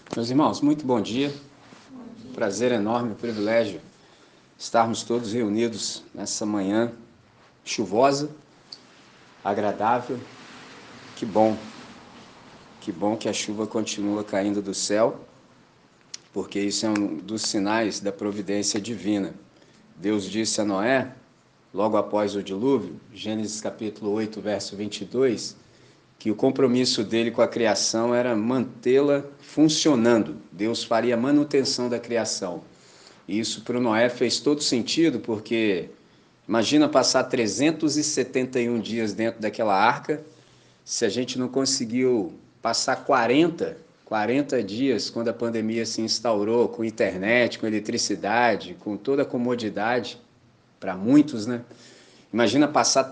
Meus irmãos, muito bom dia. Prazer enorme, privilégio estarmos todos reunidos nessa manhã chuvosa, agradável. Que bom que a chuva continua caindo do céu, porque isso é um dos sinais da providência divina. Deus disse a Noé, logo após o dilúvio, Gênesis capítulo 8, verso 22, que o compromisso dele com a criação era mantê-la funcionando. Deus faria manutenção da criação. E isso para o Noé fez todo sentido, porque imagina passar 371 dias dentro daquela arca, se a gente não conseguiu passar 40 dias quando a pandemia se instaurou, com internet, com eletricidade, com toda a comodidade, para muitos, né? Imagina passar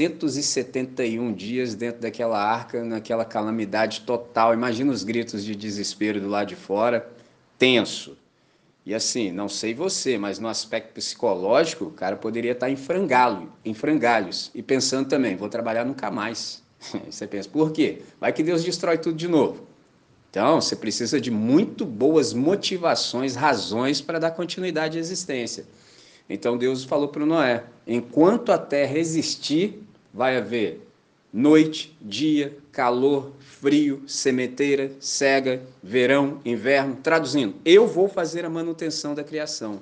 371 dias dentro daquela arca, naquela calamidade total. Imagina os gritos de desespero do lado de fora, tenso. E assim, não sei você, mas no aspecto psicológico, o cara poderia estar em frangalhos, e pensando também, vou trabalhar nunca mais. Você pensa, por quê? Vai que Deus destrói tudo de novo. Então, você precisa de muito boas motivações, razões para dar continuidade à existência. Então Deus falou para o Noé, enquanto a terra existir, vai haver noite, dia, calor, frio, sementeira, cega, verão, inverno. Traduzindo, eu vou fazer a manutenção da criação.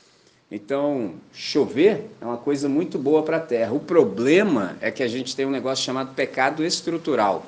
Então, chover é uma coisa muito boa para a terra. O problema é que a gente tem um negócio chamado pecado estrutural.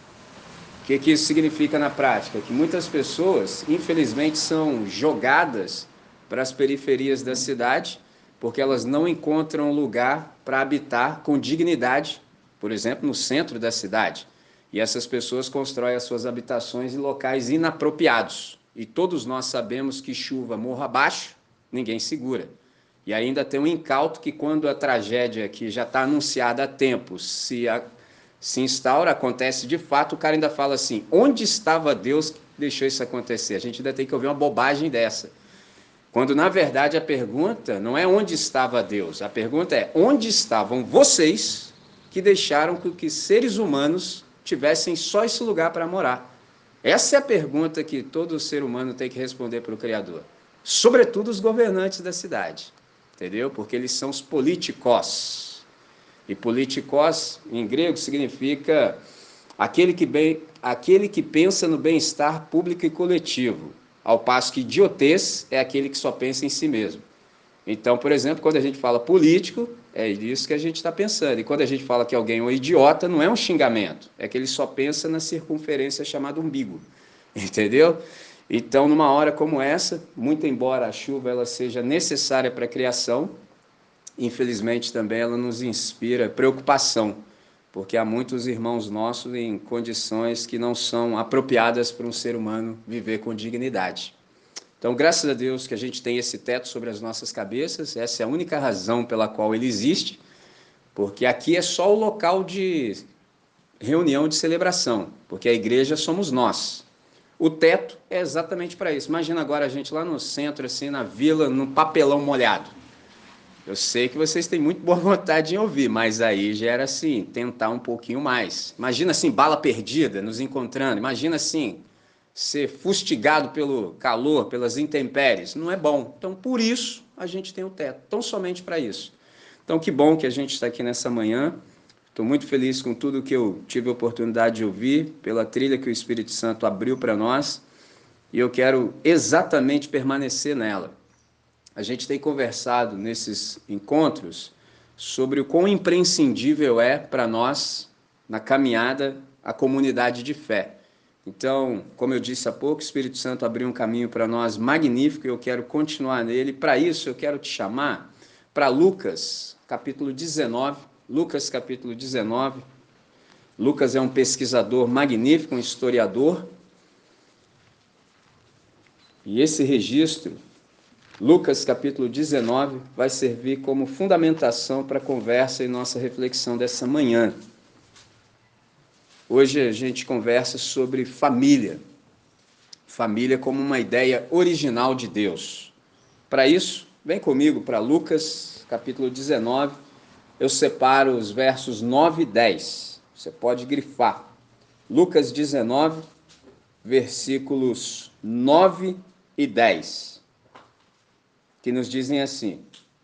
O que isso significa na prática? Que muitas pessoas, infelizmente, são jogadas para as periferias da cidade porque elas não encontram lugar para habitar com dignidade, por exemplo, no centro da cidade. E essas pessoas constroem as suas habitações em locais inapropriados. E todos nós sabemos que chuva morro abaixo, ninguém segura. E ainda tem um incauto que quando a tragédia que já está anunciada há tempos se instaura, acontece de fato, o cara ainda fala assim, onde estava Deus que deixou isso acontecer? A gente ainda tem que ouvir uma bobagem dessa. Quando, na verdade, a pergunta não é onde estava Deus, a pergunta é onde estavam vocês que deixaram que seres humanos tivessem só esse lugar para morar? Essa é a pergunta que todo ser humano tem que responder para o Criador. Sobretudo os governantes da cidade, entendeu? Porque eles são os políticos. E politikos, em grego, significa aquele que pensa no bem-estar público e coletivo, ao passo que idiotez é aquele que só pensa em si mesmo. Então, por exemplo, quando a gente fala político, é isso que a gente está pensando. E quando a gente fala que alguém é um idiota, não é um xingamento, é que ele só pensa na circunferência chamada umbigo. Entendeu? Então, numa hora como essa, muito embora a chuva ela seja necessária para a criação, infelizmente também ela nos inspira preocupação, porque há muitos irmãos nossos em condições que não são apropriadas para um ser humano viver com dignidade. Então, graças a Deus que a gente tem esse teto sobre as nossas cabeças, essa é a única razão pela qual ele existe, porque aqui é só o local de reunião de celebração, porque a igreja somos nós. O teto é exatamente para isso. Imagina agora a gente lá no centro, assim, na vila, no papelão molhado. Eu sei que vocês têm muito boa vontade em ouvir, mas aí já era assim, tentar um pouquinho mais. Imagina assim, bala perdida, nos encontrando. Imagina assim, ser fustigado pelo calor, pelas intempéries. Não é bom. Então, por isso, a gente tem o teto. Tão somente para isso. Então, que bom que a gente está aqui nessa manhã. Estou muito feliz com tudo que eu tive a oportunidade de ouvir, pela trilha que o Espírito Santo abriu para nós. E eu quero exatamente permanecer nela. A gente tem conversado nesses encontros sobre o quão imprescindível é para nós, na caminhada, a comunidade de fé. Então, como eu disse há pouco, o Espírito Santo abriu um caminho para nós magnífico e eu quero continuar nele. Para isso, eu quero te chamar para Lucas, capítulo 19. Lucas, capítulo 19. Lucas é um pesquisador magnífico, um historiador. E esse registro Lucas capítulo 19 vai servir como fundamentação para a conversa e nossa reflexão dessa manhã. Hoje a gente conversa sobre família. Família como uma ideia original de Deus. Para isso, vem comigo para Lucas capítulo 19. Eu separo os versos 9 e 10. Você pode grifar. Lucas 19, versículos 9 e 10, que nos dizem assim: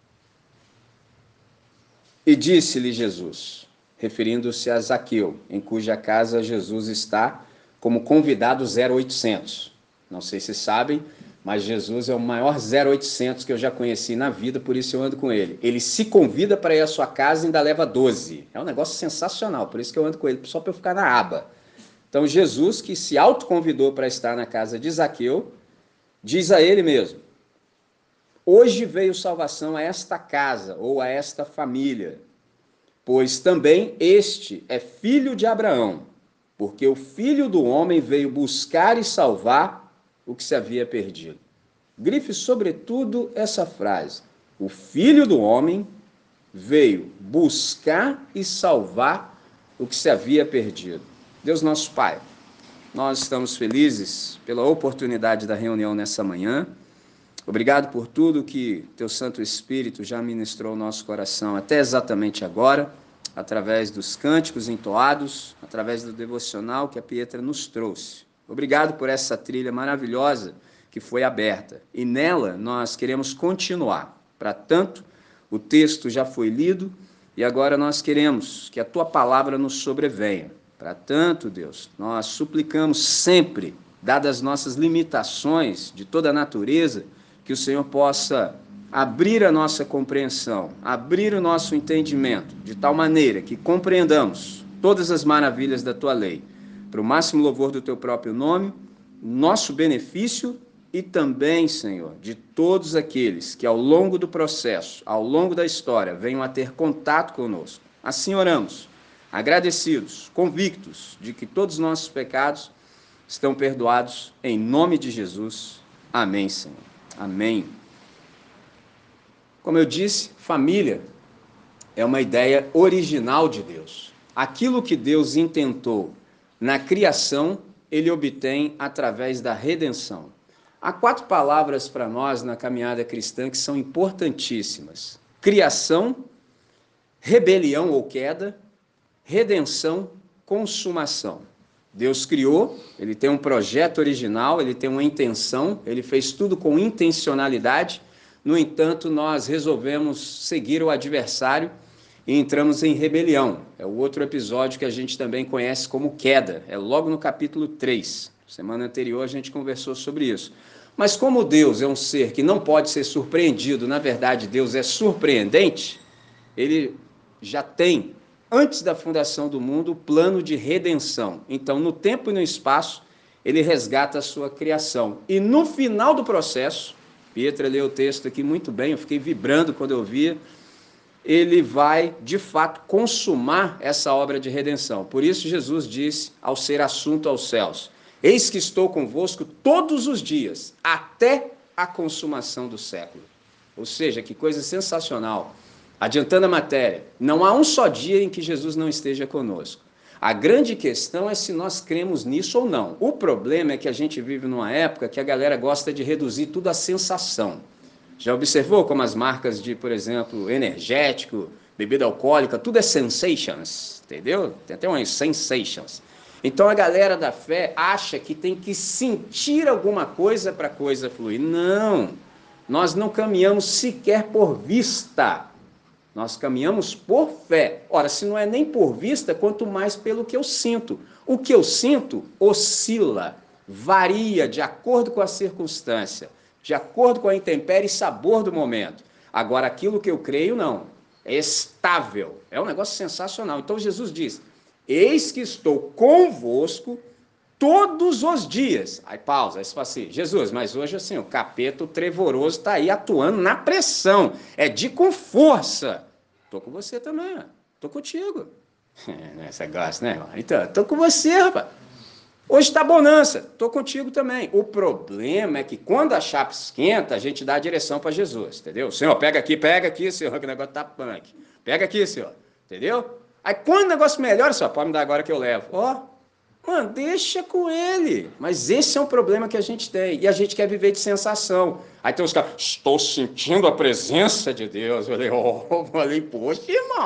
E disse-lhe Jesus, referindo-se a Zaqueu, em cuja casa Jesus está como convidado 0800. Não sei se sabem, mas Jesus é o maior 0800 que eu já conheci na vida, por isso eu ando com ele. Ele se convida para ir à sua casa e ainda leva 12. É um negócio sensacional, por isso que eu ando com ele, só para eu ficar na aba. Então Jesus, que se autoconvidou para estar na casa de Zaqueu, diz a ele mesmo: Hoje veio salvação a esta casa ou a esta família, pois também este é filho de Abraão, porque o Filho do Homem veio buscar e salvar o que se havia perdido. Grife sobretudo essa frase: o Filho do Homem veio buscar e salvar o que se havia perdido. Deus nosso Pai, nós estamos felizes pela oportunidade da reunião nessa manhã. Obrigado por tudo que Teu Santo Espírito já ministrou ao nosso coração até exatamente agora, através dos cânticos entoados, através do devocional que a Pietra nos trouxe. Obrigado por essa trilha maravilhosa que foi aberta. E nela nós queremos continuar. Para tanto, o texto já foi lido e agora nós queremos que a Tua palavra nos sobrevenha. Para tanto, Deus, nós suplicamos sempre, dadas nossas limitações de toda a natureza, que o Senhor possa abrir a nossa compreensão, abrir o nosso entendimento, de tal maneira que compreendamos todas as maravilhas da Tua lei, para o máximo louvor do Teu próprio nome, nosso benefício e também, Senhor, de todos aqueles que ao longo do processo, ao longo da história, venham a ter contato conosco. Assim oramos, agradecidos, convictos de que todos os nossos pecados estão perdoados, em nome de Jesus. Amém, Senhor. Amém. Como eu disse, família é uma ideia original de Deus. Aquilo que Deus intentou na criação, Ele obtém através da redenção. Há 4 palavras para nós na caminhada cristã que são importantíssimas: criação, rebelião ou queda, redenção, consumação. Deus criou, Ele tem um projeto original, Ele tem uma intenção, Ele fez tudo com intencionalidade. No entanto, nós resolvemos seguir o adversário e entramos em rebelião. É o outro episódio que a gente também conhece como queda, é logo no capítulo 3. Semana anterior a gente conversou sobre isso. Mas como Deus é um ser que não pode ser surpreendido, na verdade Deus é surpreendente, Ele já tem, antes da fundação do mundo, o plano de redenção. Então, no tempo e no espaço, Ele resgata a sua criação. E no final do processo, Pietra leu o texto aqui muito bem, eu fiquei vibrando quando eu via, Ele vai, de fato, consumar essa obra de redenção. Por isso Jesus disse, ao ser assunto aos céus: Eis que estou convosco todos os dias, até a consumação do século. Ou seja, que coisa sensacional. Adiantando a matéria, não há um só dia em que Jesus não esteja conosco. A grande questão é se nós cremos nisso ou não. O problema é que a gente vive numa época que a galera gosta de reduzir tudo à sensação. Já observou como as marcas de, por exemplo, energético, bebida alcoólica, tudo é sensations, entendeu? Tem até umas sensations. Então a galera da fé acha que tem que sentir alguma coisa para a coisa fluir. Não, nós não caminhamos sequer por vista. Nós caminhamos por fé. Ora, se não é nem por vista, quanto mais pelo que eu sinto. O que eu sinto oscila, varia de acordo com a circunstância, de acordo com a intempérie e sabor do momento. Agora, aquilo que eu creio, não. É estável. É um negócio sensacional. Então, Jesus diz: Eis que estou convosco todos os dias. Aí pausa, aí você fala assim: Jesus, mas hoje assim, o capeta, o trevoroso está aí atuando na pressão. É de com força. Estou com você também, estou contigo. Essa gosta, né, irmão? Então, estou com você, rapaz. Hoje está bonança, estou contigo também. O problema é que quando a chapa esquenta, a gente dá a direção para Jesus, entendeu? Senhor, pega aqui, Senhor, que o negócio tá punk. Pega aqui, Senhor, entendeu? Aí quando o negócio melhora, Senhor, pode me dar agora que eu levo. Ó, mano, deixa com ele. Mas esse é um problema que a gente tem. E a gente quer viver de sensação. Aí tem os caras: estou sentindo a presença de Deus. Eu falei, poxa, irmão,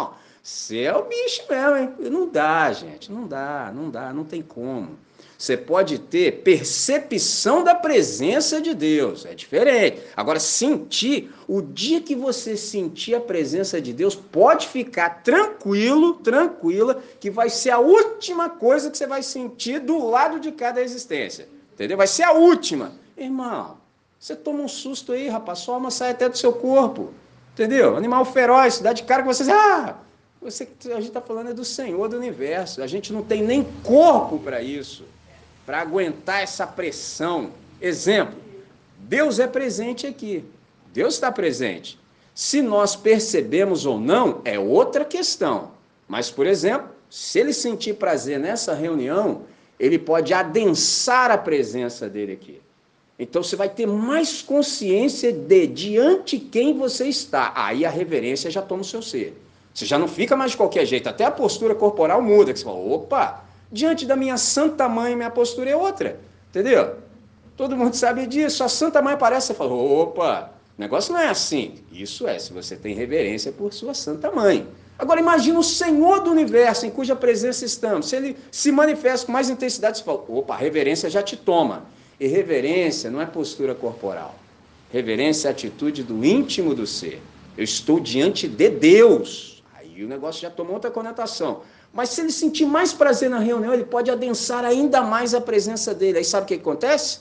Você é o bicho mesmo, hein? Não dá, gente, não dá, não tem como. Você pode ter percepção da presença de Deus, é diferente. Agora, sentir, o dia que você sentir a presença de Deus, pode ficar tranquilo, tranquila, que vai ser a última coisa que você vai sentir do lado de cá da existência. Entendeu? Vai ser a última. Irmão, você toma um susto aí, rapaz, sua alma sai até do seu corpo. Entendeu? Animal feroz, dá de cara com vocês. A gente está falando é do Senhor do universo. A gente não tem nem corpo para isso, para aguentar essa pressão. Exemplo, Deus é presente aqui. Deus está presente. Se nós percebemos ou não, é outra questão. Mas, por exemplo, se ele sentir prazer nessa reunião, ele pode adensar a presença dele aqui. Então você vai ter mais consciência de diante quem você está. Aí a reverência já toma o seu ser. Você já não fica mais de qualquer jeito. Até a postura corporal muda. Que você fala, opa, diante da minha santa mãe, minha postura é outra. Entendeu? Todo mundo sabe disso. A santa mãe aparece, você fala, opa, o negócio não é assim. Isso é, se você tem reverência por sua santa mãe. Agora imagina o Senhor do universo, em cuja presença estamos. Se ele se manifesta com mais intensidade, você fala, opa, a reverência já te toma. E reverência não é postura corporal. Reverência é atitude do íntimo do ser. Eu estou diante de Deus. Aí o negócio já tomou outra conotação. Mas se ele sentir mais prazer na reunião, ele pode adensar ainda mais a presença dele. Aí sabe o que acontece?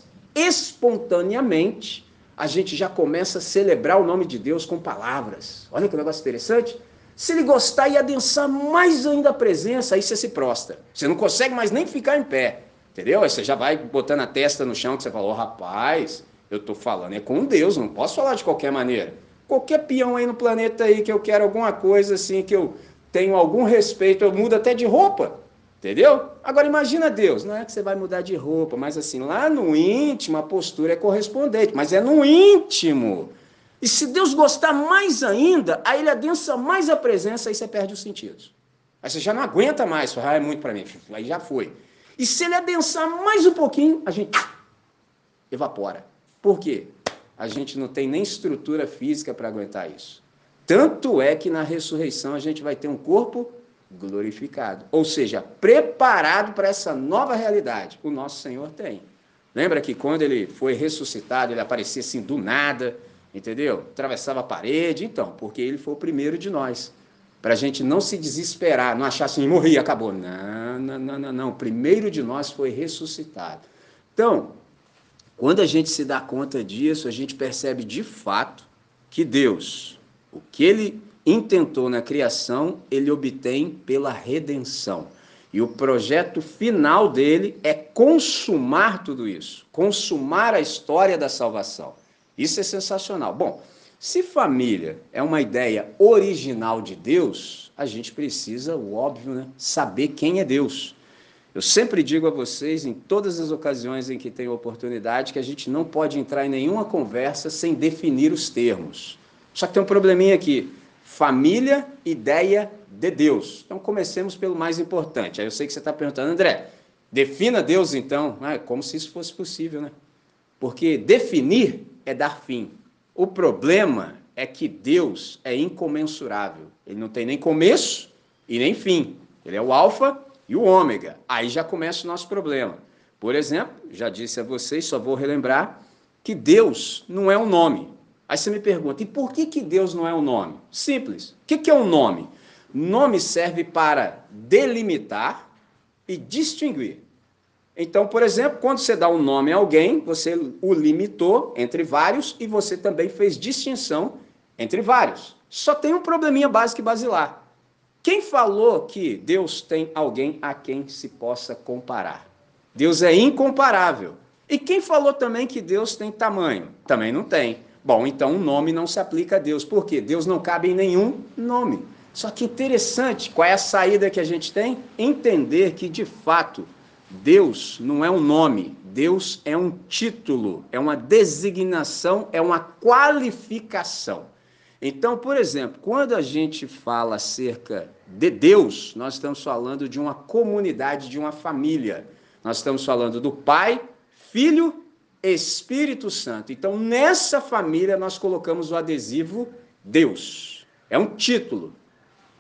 Espontaneamente, a gente já começa a celebrar o nome de Deus com palavras. Olha que negócio interessante. Se ele gostar e adensar mais ainda a presença, aí você se prostra. Você não consegue mais nem ficar em pé. Entendeu? Aí você já vai botando a testa no chão, que você fala, oh, rapaz, eu estou falando é com Deus, não posso falar de qualquer maneira. Qualquer peão aí no planeta aí que eu quero alguma coisa assim, que eu tenho algum respeito, eu mudo até de roupa. Entendeu? Agora imagina Deus, não é que você vai mudar de roupa, mas assim, lá no íntimo a postura é correspondente, mas é no íntimo. E se Deus gostar mais ainda, aí ele adensa mais a presença, aí você perde os sentidos. Aí você já não aguenta mais, é muito para mim, aí já foi. E se ele adensar mais um pouquinho, a gente evapora. Por quê? A gente não tem nem estrutura física para aguentar isso. Tanto é que na ressurreição a gente vai ter um corpo glorificado. Ou seja, preparado para essa nova realidade. O nosso Senhor tem. Lembra que quando ele foi ressuscitado, ele aparecia assim do nada, entendeu? Atravessava a parede. Então, porque ele foi o primeiro de nós. Para a gente não se desesperar, não achar assim, morri, acabou. Não. O primeiro de nós foi ressuscitado. Então, quando a gente se dá conta disso, a gente percebe de fato que Deus, o que ele intentou na criação, ele obtém pela redenção. E o projeto final dele é consumar tudo isso, consumar a história da salvação. Isso é sensacional. Bom, se família é uma ideia original de Deus, a gente precisa, o óbvio, né, saber quem é Deus. Eu sempre digo a vocês, em todas as ocasiões em que tenho oportunidade, que a gente não pode entrar em nenhuma conversa sem definir os termos. Só que tem um probleminha aqui. Família, ideia de Deus. Então comecemos pelo mais importante. Aí eu sei que você está perguntando, André, defina Deus então. Como se isso fosse possível, né? Porque definir é dar fim. O problema é que Deus é incomensurável. Ele não tem nem começo e nem fim. Ele é o alfa e o ômega. Aí já começa o nosso problema. Por exemplo, já disse a vocês, só vou relembrar, que Deus não é um nome. Aí você me pergunta, e por que Deus não é um nome? Simples. O que é um nome? Nome serve para delimitar e distinguir. Então, por exemplo, quando você dá um nome a alguém, você o limitou entre vários e você também fez distinção entre vários. Só tem um probleminha básico e basilar. Quem falou que Deus tem alguém a quem se possa comparar? Deus é incomparável. E quem falou também que Deus tem tamanho? Também não tem. Bom, então o nome não se aplica a Deus. Por quê? Deus não cabe em nenhum nome. Só que interessante, qual é a saída que a gente tem? Entender que, de fato, Deus não é um nome, Deus é um título, é uma designação, é uma qualificação. Então, por exemplo, quando a gente fala acerca de Deus, nós estamos falando de uma comunidade, de uma família. Nós estamos falando do Pai, Filho, Espírito Santo. Então, nessa família, nós colocamos o adesivo Deus. É um título.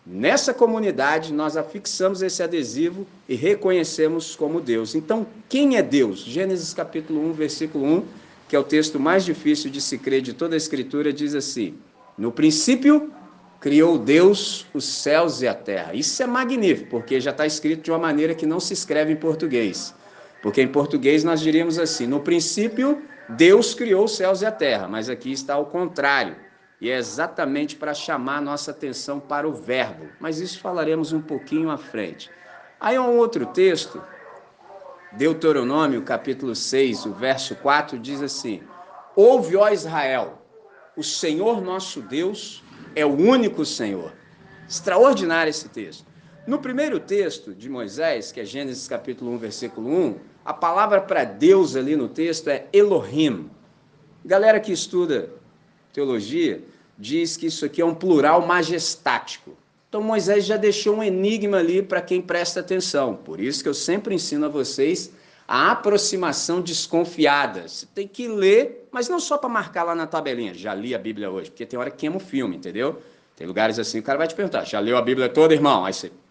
Nessa comunidade, nós afixamos esse adesivo e reconhecemos como Deus. Então, quem é Deus? Gênesis capítulo 1, versículo 1, que é o texto mais difícil de se crer de toda a Escritura, diz assim: no princípio, criou Deus os céus e a terra. Isso é magnífico, porque já está escrito de uma maneira que não se escreve em português. Porque em português nós diríamos assim: no princípio, Deus criou os céus e a terra. Mas aqui está ao contrário. E é exatamente para chamar a nossa atenção para o verbo. Mas isso falaremos um pouquinho à frente. Aí um outro texto, Deuteronômio, capítulo 6, o verso 4, diz assim: ouve, ó Israel, o Senhor nosso Deus é o único Senhor. Extraordinário esse texto. No primeiro texto de Moisés, que é Gênesis capítulo 1, versículo 1, a palavra para Deus ali no texto é Elohim. Galera que estuda teologia diz que isso aqui é um plural majestático. Então Moisés já deixou um enigma ali para quem presta atenção. Por isso que eu sempre ensino a vocês a aproximação desconfiada. Você tem que ler, mas não só para marcar lá na tabelinha. Já li a Bíblia hoje, porque tem hora que queima o filme, entendeu? Tem lugares assim, o cara vai te perguntar: já leu a Bíblia toda, irmão? Aí você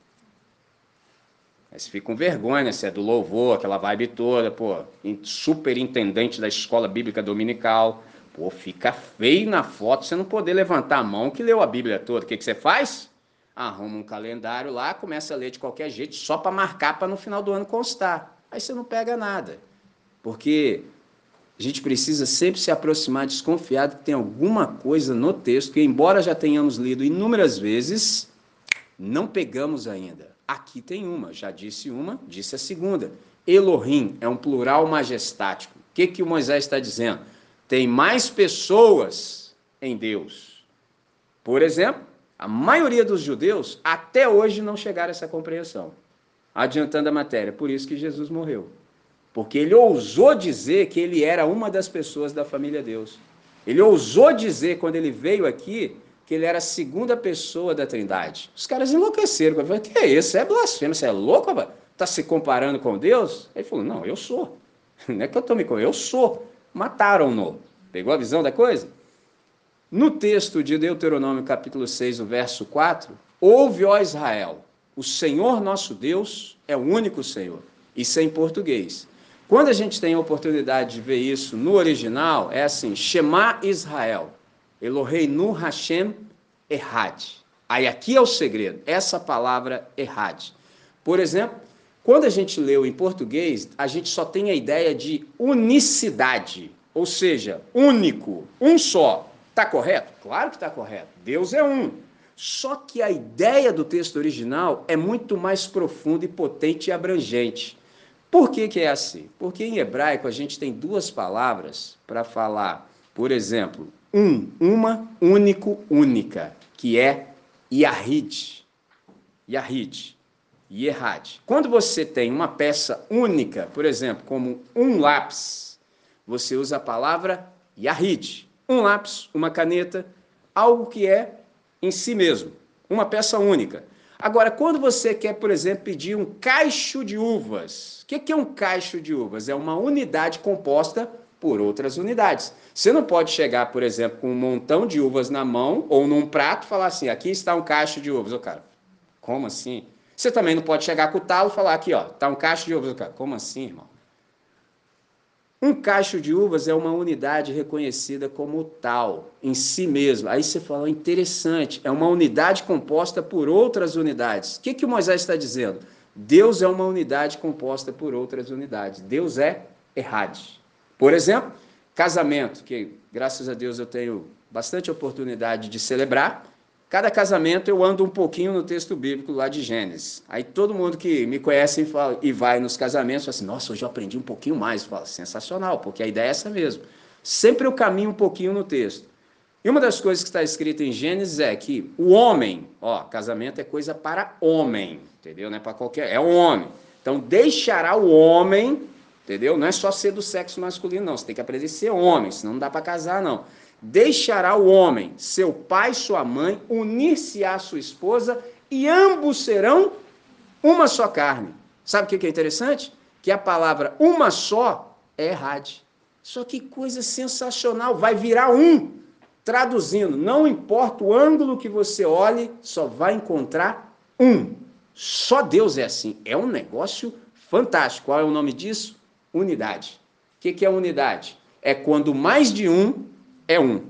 fica com vergonha, né? Você é do louvor, aquela vibe toda, pô, superintendente da escola bíblica dominical. Pô, fica feio na foto você não poder levantar a mão que leu a Bíblia toda. O que você faz? Arruma um calendário lá, começa a ler de qualquer jeito, só para marcar, para no final do ano constar. Aí você não pega nada. Porque a gente precisa sempre se aproximar desconfiado que tem alguma coisa no texto que, embora já tenhamos lido inúmeras vezes, não pegamos ainda. Aqui tem uma, já disse uma, disse a segunda. Elohim é um plural majestático. O que o Moisés está dizendo? Tem mais pessoas em Deus. Por exemplo, a maioria dos judeus até hoje não chegaram a essa compreensão. Adiantando a matéria, por isso que Jesus morreu. Porque ele ousou dizer que ele era uma das pessoas da família Deus. Ele ousou dizer, quando ele veio aqui, que ele era a segunda pessoa da Trindade. Os caras enlouqueceram. Falaram: que é isso? É blasfêmia, você é louco, rapaz? Está se comparando com Deus? Ele falou: não, eu sou. Não é que eu estou me comparando, eu sou. Mataram-no. Pegou a visão da coisa? No texto de Deuteronômio, capítulo 6, o verso 4, ouve, ó Israel, o Senhor nosso Deus é o único Senhor. Isso é em português. Quando a gente tem a oportunidade de ver isso no original, é assim: Shema Israel, Eloheinu Hashem Errad. Aí aqui é o segredo, essa palavra Errad. Por exemplo, quando a gente leu em português, a gente só tem a ideia de unicidade, ou seja, único, um só. Está correto? Claro que está correto. Deus é um. Só que a ideia do texto original é muito mais profunda e potente e abrangente. Por que é assim? Porque em hebraico a gente tem duas palavras para falar, por exemplo, uma, único, única, que é Yahid. Yahid. Yerhad. Quando você tem uma peça única, por exemplo, como um lápis, você usa a palavra Yahid. Um lápis, uma caneta, algo que é em si mesmo, uma peça única. Agora, quando você quer, por exemplo, pedir um cacho de uvas, o que é um cacho de uvas? É uma unidade composta por outras unidades. Você não pode chegar, por exemplo, com um montão de uvas na mão ou num prato e falar assim: aqui está um cacho de uvas. Ô, cara, como assim? Você também não pode chegar com o talo e falar: aqui, ó, está um cacho de uvas. Ô, cara, como assim, irmão? Um cacho de uvas é uma unidade reconhecida como tal, em si mesmo. Aí você fala: interessante, é uma unidade composta por outras unidades. O que o Moisés está dizendo? Deus é uma unidade composta por outras unidades. Deus é Errad. Por exemplo, casamento, que graças a Deus eu tenho bastante oportunidade de celebrar. Cada casamento eu ando um pouquinho no texto bíblico lá de Gênesis. Aí todo mundo que me conhece fala, e vai nos casamentos fala assim: nossa, hoje eu aprendi um pouquinho mais. Fala: sensacional, porque a ideia é essa mesmo. Sempre eu caminho um pouquinho no texto. E uma das coisas que está escrita em Gênesis é que o homem, ó, casamento é coisa para homem, entendeu? Não é para qualquer, é o homem. Então deixará o homem, entendeu? Não é só ser do sexo masculino, não. Você tem que aprender a ser homem, senão não dá para casar, não. Deixará o homem, seu pai e sua mãe, unir-se à sua esposa, e ambos serão uma só carne. Sabe o que é interessante? Que a palavra uma só é Errad. Só que coisa sensacional, vai virar um. Traduzindo, não importa o ângulo que você olhe, só vai encontrar um. Só Deus é assim. É um negócio fantástico. Qual é o nome disso? Unidade. O que é unidade? É quando mais de um é um.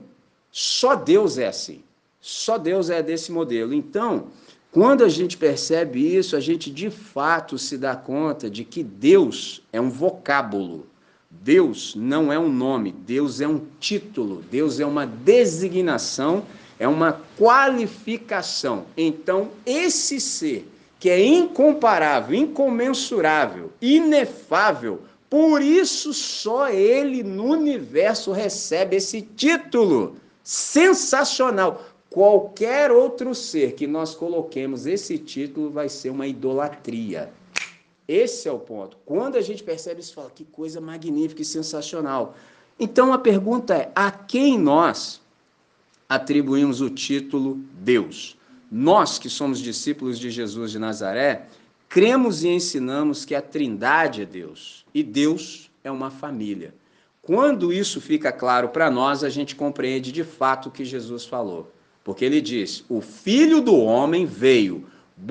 Só Deus é assim. Só Deus é desse modelo. Então, quando a gente percebe isso, a gente de fato se dá conta de que Deus é um vocábulo. Deus não é um nome, Deus é um título, Deus é uma designação, é uma qualificação. Então, esse ser que é incomparável, incomensurável, inefável, por isso só ele no universo recebe esse título sensacional. Qualquer outro ser que nós coloquemos esse título vai ser uma idolatria. Esse é o ponto. Quando a gente percebe isso, fala, que coisa magnífica e sensacional. Então a pergunta é, a quem nós atribuímos o título Deus? Nós que somos discípulos de Jesus de Nazaré, cremos e ensinamos que a Trindade é Deus, e Deus é uma família. Quando isso fica claro para nós, a gente compreende de fato o que Jesus falou. Porque ele diz, o Filho do Homem veio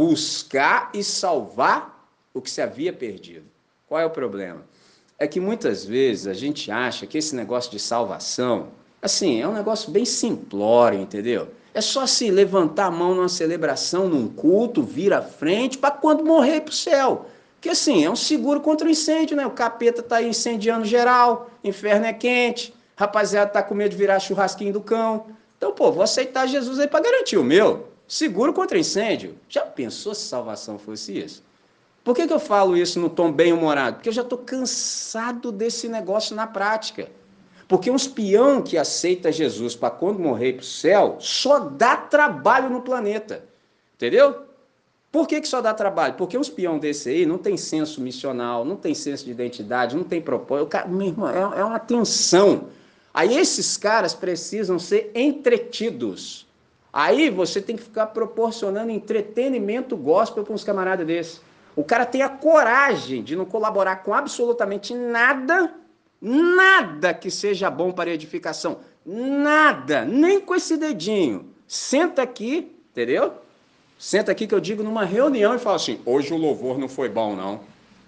buscar e salvar o que se havia perdido. Qual é o problema? É que muitas vezes a gente acha que esse negócio de salvação, assim, é um negócio bem simplório, entendeu? É só se levantar a mão numa celebração, num culto, vir à frente, para quando morrer ir para o céu. Porque assim, é um seguro contra o incêndio, né? O capeta tá aí incendiando geral, inferno é quente, rapaziada tá com medo de virar churrasquinho do cão. Então, pô, vou aceitar Jesus aí para garantir o meu. Seguro contra incêndio. Já pensou se salvação fosse isso? Por que eu falo isso no tom bem-humorado? Porque eu já estou cansado desse negócio na prática. Porque um espião que aceita Jesus para quando morrer para o céu, só dá trabalho no planeta. Entendeu? Por que só dá trabalho? Porque um espião desse aí não tem senso missional, não tem senso de identidade, não tem propósito. O cara, meu irmão, é uma tensão. Aí esses caras precisam ser entretidos. Aí você tem que ficar proporcionando entretenimento gospel para uns camaradas desses. O cara tem a coragem de não colaborar com absolutamente nada, nada que seja bom para a edificação. Nada, nem com esse dedinho. Senta aqui, entendeu? Senta aqui que eu digo numa reunião e fala assim, hoje o louvor não foi bom, não.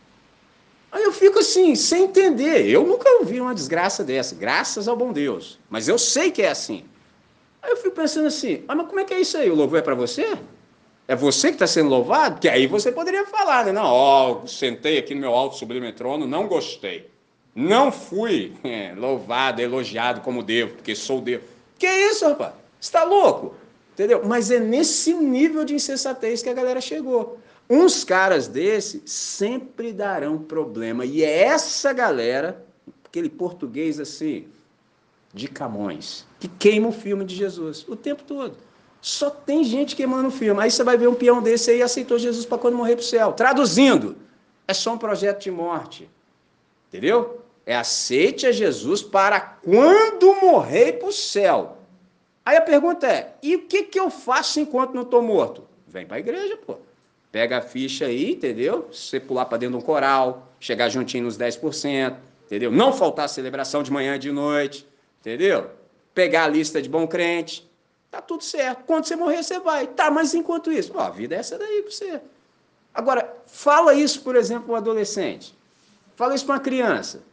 Aí eu fico assim, sem entender. Eu nunca ouvi uma desgraça dessa, graças ao bom Deus. Mas eu sei que é assim. Aí eu fico pensando assim, mas como é que é isso aí? O louvor é para você? É você que está sendo louvado? Que aí você poderia falar, né? Não, sentei aqui no meu alto sublime trono, não gostei. Não fui louvado, elogiado como devo, porque sou Deus. Que isso, rapaz? Você está louco? Entendeu? Mas é nesse nível de insensatez que a galera chegou. Uns caras desses sempre darão problema. E é essa galera, aquele português assim, de Camões, que queima o filme de Jesus o tempo todo. Só tem gente queimando o filme. Aí você vai ver um peão desse aí e aceitou Jesus para quando morrer para o céu. Traduzindo, é só um projeto de morte. Entendeu? É aceite a Jesus para quando morrer para o céu. Aí a pergunta é, e o que eu faço enquanto não estou morto? Vem para a igreja, pô. Pega a ficha aí, entendeu? Você pular para dentro de um coral, chegar juntinho nos 10%, entendeu? Não faltar a celebração de manhã e de noite, entendeu? Pegar a lista de bom crente, tá tudo certo. Quando você morrer, você vai. Tá, mas enquanto isso, a vida é essa daí para você. Agora, fala isso, por exemplo, para um adolescente. Fala isso para uma criança.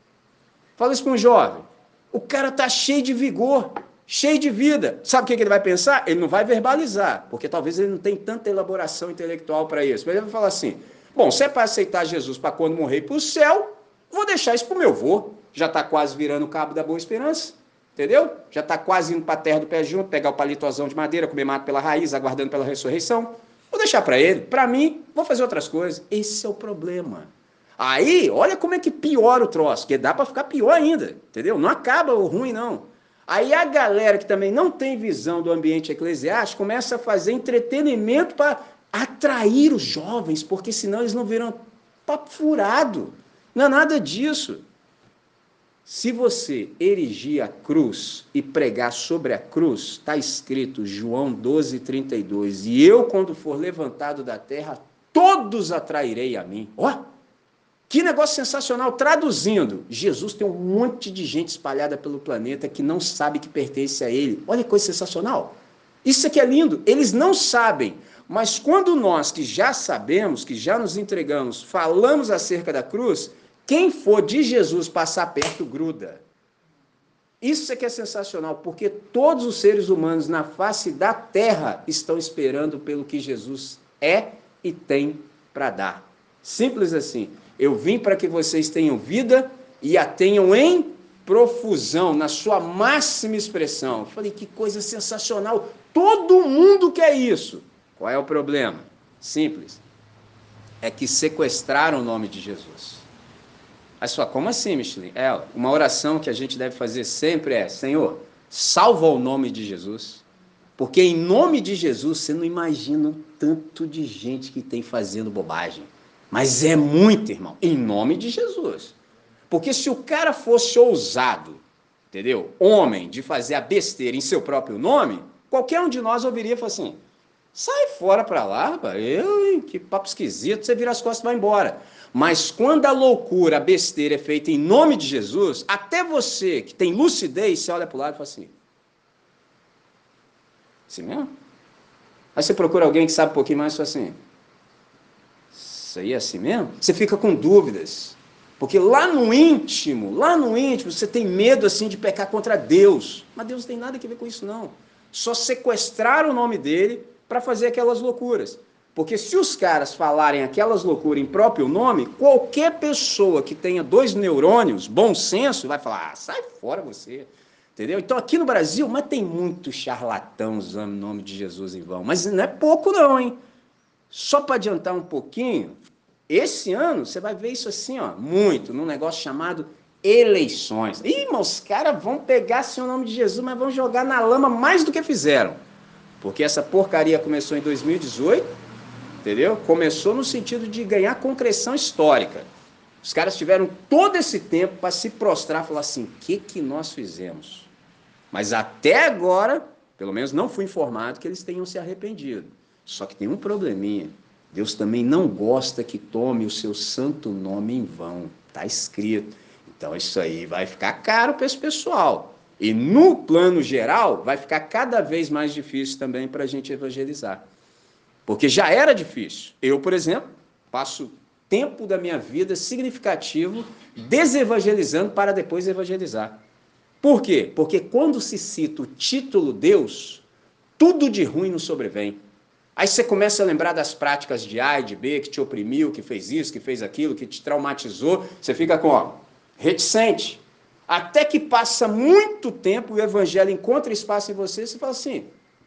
Fala isso para um jovem. O cara tá cheio de vigor, cheio de vida. Sabe o que ele vai pensar? Ele não vai verbalizar, porque talvez ele não tenha tanta elaboração intelectual para isso. Mas ele vai falar assim, bom, se é para aceitar Jesus para quando morrer para o céu, vou deixar isso para o meu avô. Já está quase virando o cabo da Boa Esperança. Entendeu? Já está quase indo para a terra do pé junto, pegar o palitozão de madeira, comer mato pela raiz, aguardando pela ressurreição. Vou deixar para ele. Para mim, vou fazer outras coisas. Esse é o problema. Aí, olha como é que piora o troço, que dá para ficar pior ainda, entendeu? Não acaba o ruim, não. Aí a galera que também não tem visão do ambiente eclesiástico começa a fazer entretenimento para atrair os jovens, porque senão eles não viram papo furado. Não é nada disso. Se você erigir a cruz e pregar sobre a cruz, está escrito João 12:32, e eu, quando for levantado da terra, todos atrairei a mim. Ó! Que negócio sensacional. Traduzindo, Jesus tem um monte de gente espalhada pelo planeta que não sabe que pertence a ele. Olha que coisa sensacional. Isso aqui é lindo. Eles não sabem, mas quando nós que já sabemos, que já nos entregamos, falamos acerca da cruz, quem for de Jesus passar perto gruda. Isso aqui é sensacional, porque todos os seres humanos na face da terra estão esperando pelo que Jesus é e tem para dar. Simples assim. Eu vim para que vocês tenham vida e a tenham em profusão, na sua máxima expressão. Eu falei, que coisa sensacional. Todo mundo quer isso. Qual é o problema? Simples. É que sequestraram o nome de Jesus. Mas só, como assim, Michelin? Uma oração que a gente deve fazer sempre é, Senhor, salva o nome de Jesus. Porque em nome de Jesus, você não imagina o tanto de gente que tem fazendo bobagem. Mas é muito, irmão, em nome de Jesus. Porque se o cara fosse ousado, entendeu? Homem, de fazer a besteira em seu próprio nome, qualquer um de nós ouviria e falaria assim, sai fora pra lá, rapaz, que papo esquisito, você vira as costas e vai embora. Mas quando a loucura, a besteira é feita em nome de Jesus, até você que tem lucidez, você olha pro lado e fala assim, assim mesmo? Aí você procura alguém que sabe um pouquinho mais e fala assim, isso aí é assim mesmo? Você fica com dúvidas. Porque lá no íntimo, você tem medo assim de pecar contra Deus. Mas Deus não tem nada a ver com isso, não. Só sequestraram o nome dele para fazer aquelas loucuras. Porque se os caras falarem aquelas loucuras em próprio nome, qualquer pessoa que tenha 2 neurônios, bom senso, vai falar, sai fora você. Entendeu? Então aqui no Brasil, mas tem muito charlatão usando o nome de Jesus em vão. Mas não é pouco não, hein? Só para adiantar um pouquinho, esse ano você vai ver isso assim, ó, muito, num negócio chamado eleições. Ih, irmão, os caras vão pegar assim, o nome de Jesus, mas vão jogar na lama mais do que fizeram. Porque essa porcaria começou em 2018, entendeu? Começou no sentido de ganhar concreção histórica. Os caras tiveram todo esse tempo para se prostrar e falar assim, o que nós fizemos? Mas até agora, pelo menos não fui informado que eles tenham se arrependido. Só que tem um probleminha. Deus também não gosta que tome o seu santo nome em vão. Está escrito. Então isso aí vai ficar caro para esse pessoal. E no plano geral, vai ficar cada vez mais difícil também para a gente evangelizar. Porque já era difícil. Eu, por exemplo, passo tempo da minha vida significativo desevangelizando para depois evangelizar. Por quê? Porque quando se cita o título Deus, tudo de ruim nos sobrevém. Aí você começa a lembrar das práticas de A e de B, que te oprimiu, que fez isso, que fez aquilo, que te traumatizou. Você fica com, reticente. Até que passa muito tempo e o evangelho encontra espaço em você, você fala assim,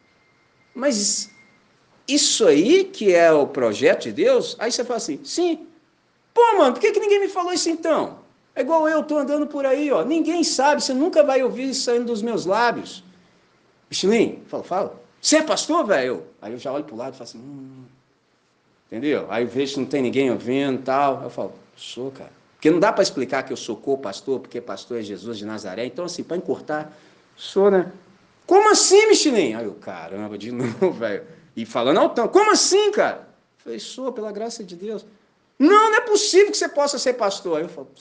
mas isso aí que é o projeto de Deus? Aí você fala assim, sim. Pô, mano, por que ninguém me falou isso então? É igual eu, tô andando por aí, ó. Ninguém sabe, você nunca vai ouvir isso saindo dos meus lábios. Michelin, fala. Você é pastor, velho? Aí eu já olho pro lado e falo assim, entendeu? Aí eu vejo que não tem ninguém ouvindo e tal. Eu falo, sou, cara. Porque não dá para explicar que eu sou co-pastor, porque pastor é Jesus de Nazaré. Então, assim, para encurtar, sou, né? Como assim, Michelin? Aí eu, caramba, de novo, velho. E falando altão, como assim, cara? Eu falei, sou, pela graça de Deus. Não é possível que você possa ser pastor. Aí eu falo,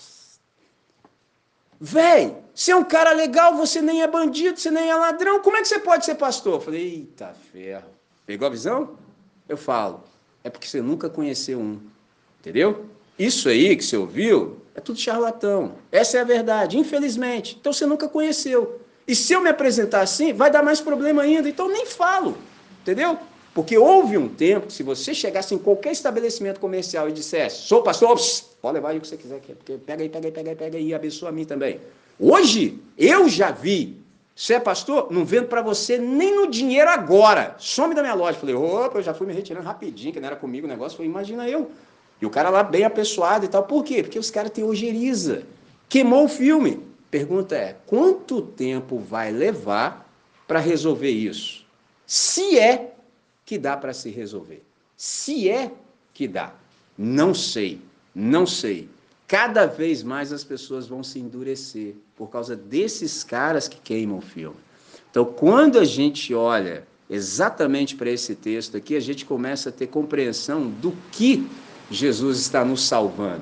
véi, você é um cara legal, você nem é bandido, você nem é ladrão, como é que você pode ser pastor? Eu falei, eita ferro. Pegou a visão? Eu falo, é porque você nunca conheceu um, entendeu? Isso aí que você ouviu é tudo charlatão. Essa é a verdade, infelizmente. Então você nunca conheceu. E se eu me apresentar assim, vai dar mais problema ainda, então eu nem falo, entendeu? Porque houve um tempo que se você chegasse em qualquer estabelecimento comercial e dissesse, sou pastor, pode levar aí o que você quiser, porque pega aí e abençoa a mim também. Hoje, eu já vi, você é pastor? Não vendo para você nem no dinheiro agora. Some da minha loja. Falei, opa, eu já fui me retirando rapidinho, que não era comigo o negócio. Falei, imagina eu. E o cara lá bem apessoado e tal. Por quê? Porque os caras têm ojeriza. Queimou o filme. Pergunta é, quanto tempo vai levar para resolver isso? Se é que dá para se resolver. Se é que dá. Não sei. Cada vez mais as pessoas vão se endurecer por causa desses caras que queimam o filme. Então, quando a gente olha exatamente para esse texto aqui, a gente começa a ter compreensão do que Jesus está nos salvando.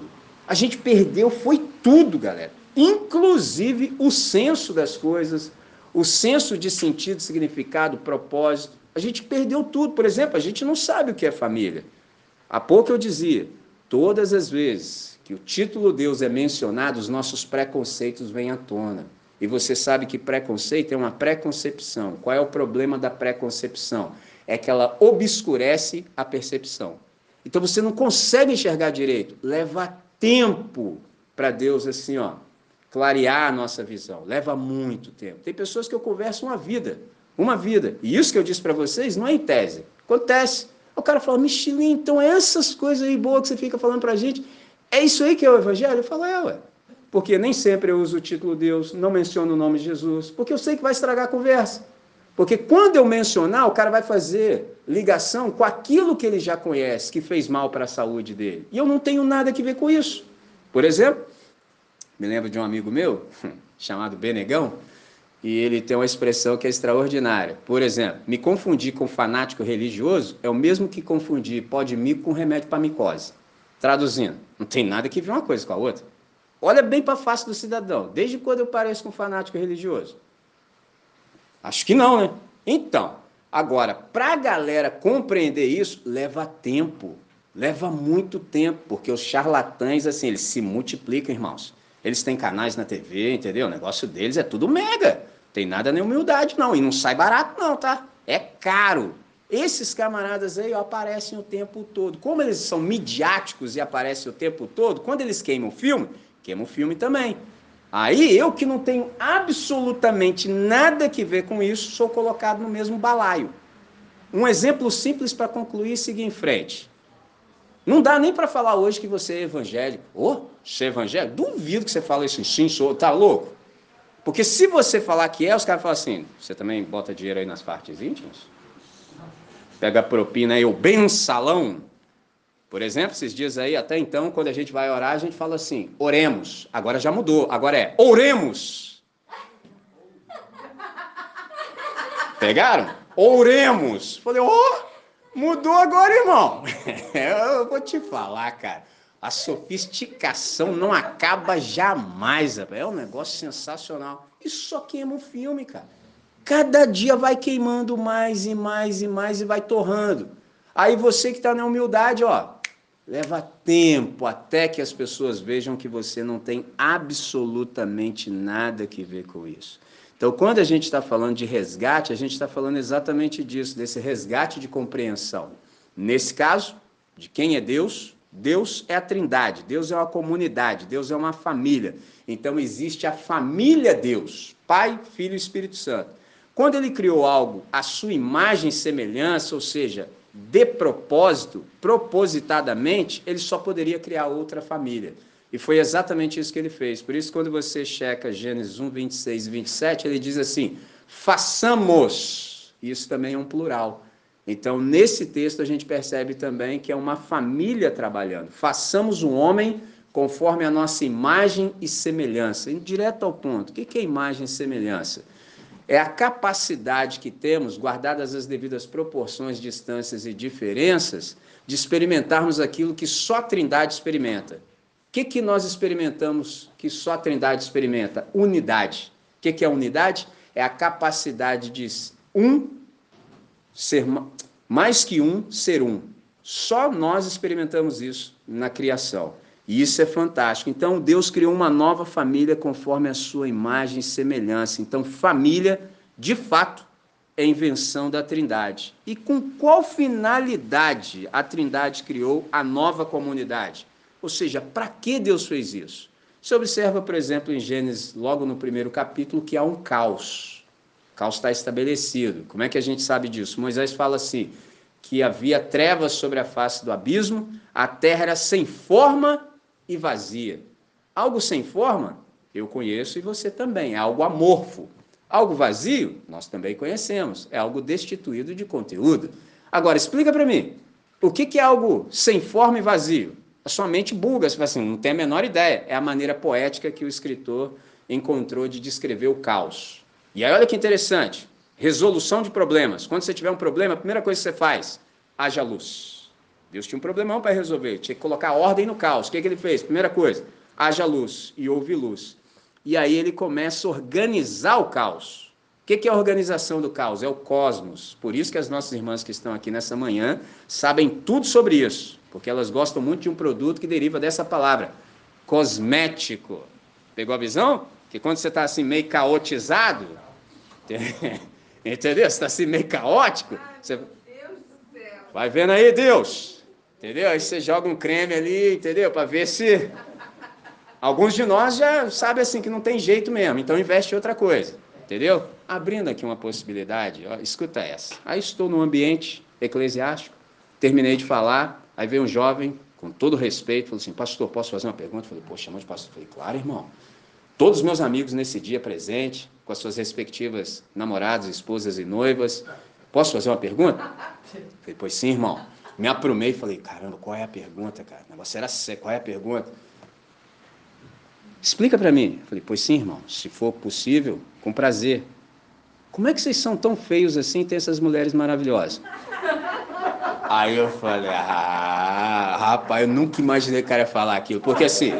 A gente perdeu, foi tudo, galera. Inclusive o senso das coisas, o senso de sentido, significado, propósito. A gente perdeu tudo. Por exemplo, a gente não sabe o que é família. Há pouco eu dizia, todas as vezes que o título Deus é mencionado, os nossos preconceitos vêm à tona. E você sabe que preconceito é uma preconcepção. Qual é o problema da preconcepção? É que ela obscurece a percepção. Então você não consegue enxergar direito. Leva tempo para Deus assim, ó, clarear a nossa visão. Leva muito tempo. Tem pessoas que eu converso uma vida. E isso que eu disse para vocês não é em tese. Acontece. O cara fala, Michelin, então essas coisas aí boas que você fica falando para a gente, é isso aí que é o evangelho? Eu falo, ué. Porque nem sempre eu uso o título Deus, não menciono o nome de Jesus, porque eu sei que vai estragar a conversa. Porque quando eu mencionar, o cara vai fazer ligação com aquilo que ele já conhece, que fez mal para a saúde dele. E eu não tenho nada a ver com isso. Por exemplo, me lembro de um amigo meu, chamado Benegão, e ele tem uma expressão que é extraordinária. Por exemplo, me confundir com fanático religioso é o mesmo que confundir pó de mico com remédio para micose. Traduzindo, não tem nada que ver uma coisa com a outra. Olha bem para a face do cidadão. Desde quando eu pareço com fanático religioso? Acho que não, né? Então, agora, para a galera compreender isso, leva tempo. Leva muito tempo, porque os charlatães, assim, eles se multiplicam, irmãos. Eles têm canais na TV, entendeu? O negócio deles é tudo mega. Tem nada nem humildade, não. E não sai barato, não, tá? É caro. Esses camaradas aí ó, aparecem o tempo todo. Como eles são midiáticos e aparecem o tempo todo, quando eles queimam o filme também. Aí eu que não tenho absolutamente nada a ver com isso, sou colocado no mesmo balaio. Um exemplo simples para concluir e seguir em frente. Não dá nem para falar hoje que você é evangélico. Você é evangélico? Duvido que você fale isso. Sim, sou. Tá louco? Porque se você falar que é, os caras falam assim, você também bota dinheiro aí nas partes íntimas? Pega a propina aí, ou bem no salão? Por exemplo, esses dias aí, até então, quando a gente vai orar, a gente fala assim, oremos. Agora já mudou, agora é oremos. Pegaram? Oremos. Falei, mudou agora, irmão. Eu vou te falar, cara. A sofisticação não acaba jamais. É um negócio sensacional. E só queima o filme, cara. Cada dia vai queimando mais e mais e mais e vai torrando. Aí você que está na humildade, ó, leva tempo até que as pessoas vejam que você não tem absolutamente nada a ver com isso. Então, quando a gente está falando de resgate, a gente está falando exatamente disso, desse resgate de compreensão. Nesse caso, de quem é Deus? Deus é a Trindade, Deus é uma comunidade, Deus é uma família. Então, existe a família Deus, Pai, Filho e Espírito Santo. Quando ele criou algo à sua imagem e semelhança, ou seja, de propósito, propositadamente, ele só poderia criar outra família. E foi exatamente isso que ele fez. Por isso, quando você checa Gênesis 1, 26 e 27, ele diz assim, façamos. Isso também é um plural. Então, nesse texto, a gente percebe também que é uma família trabalhando. Façamos um homem conforme a nossa imagem e semelhança. Indo direto ao ponto. O que é imagem e semelhança? É a capacidade que temos, guardadas as devidas proporções, distâncias e diferenças, de experimentarmos aquilo que só a Trindade experimenta. O que nós experimentamos que só a Trindade experimenta? Unidade. O que é unidade? É a capacidade de um ser mais que um, ser um. Só nós experimentamos isso na criação. E isso é fantástico. Então, Deus criou uma nova família conforme a sua imagem e semelhança. Então, família, de fato, é invenção da Trindade. E com qual finalidade a Trindade criou a nova comunidade? Ou seja, para que Deus fez isso? Você observa, por exemplo, em Gênesis, logo no primeiro capítulo, que há um caos. O caos está estabelecido. Como é que a gente sabe disso? Moisés fala assim, que havia trevas sobre a face do abismo, a terra era sem forma e vazia. Algo sem forma, eu conheço e você também, é algo amorfo. Algo vazio, nós também conhecemos, é algo destituído de conteúdo. Agora, explica para mim, o que é algo sem forma e vazio? A sua mente buga, você fala assim, não tem a menor ideia. É a maneira poética que o escritor encontrou de descrever o caos. E aí olha que interessante, resolução de problemas. Quando você tiver um problema, a primeira coisa que você faz, haja luz. Deus tinha um problemão para resolver, tinha que colocar ordem no caos. O que ele fez? Primeira coisa, haja luz e houve luz. E aí ele começa a organizar o caos. O que é a organização do caos? É o cosmos. Por isso que as nossas irmãs que estão aqui nessa manhã sabem tudo sobre isso, porque elas gostam muito de um produto que deriva dessa palavra, cosmético. Pegou a visão? Que quando você está assim meio caotizado, entendeu? Você está assim meio caótico, você vai vendo aí, Deus, entendeu? Aí você joga um creme ali, entendeu? Para ver se... Alguns de nós já sabem assim que não tem jeito mesmo, então investe em outra coisa, entendeu? Abrindo aqui uma possibilidade, ó, escuta essa. Aí estou num ambiente eclesiástico, terminei de falar, aí veio um jovem, com todo respeito, falou assim, pastor, posso fazer uma pergunta? Eu falei, pô, chamou de pastor. Eu falei, claro, irmão. Todos os meus amigos nesse dia presente, com as suas respectivas namoradas, esposas e noivas, posso fazer uma pergunta? Eu falei, pois sim, irmão. Me aprumei e falei, caramba, qual é a pergunta, cara? O negócio era sério, qual é a pergunta? Explica para mim. Eu falei, pois sim, irmão, se for possível, com prazer. Como é que vocês são tão feios assim e tem essas mulheres maravilhosas? Aí eu falei, rapaz, eu nunca imaginei que o cara ia falar aquilo, porque assim,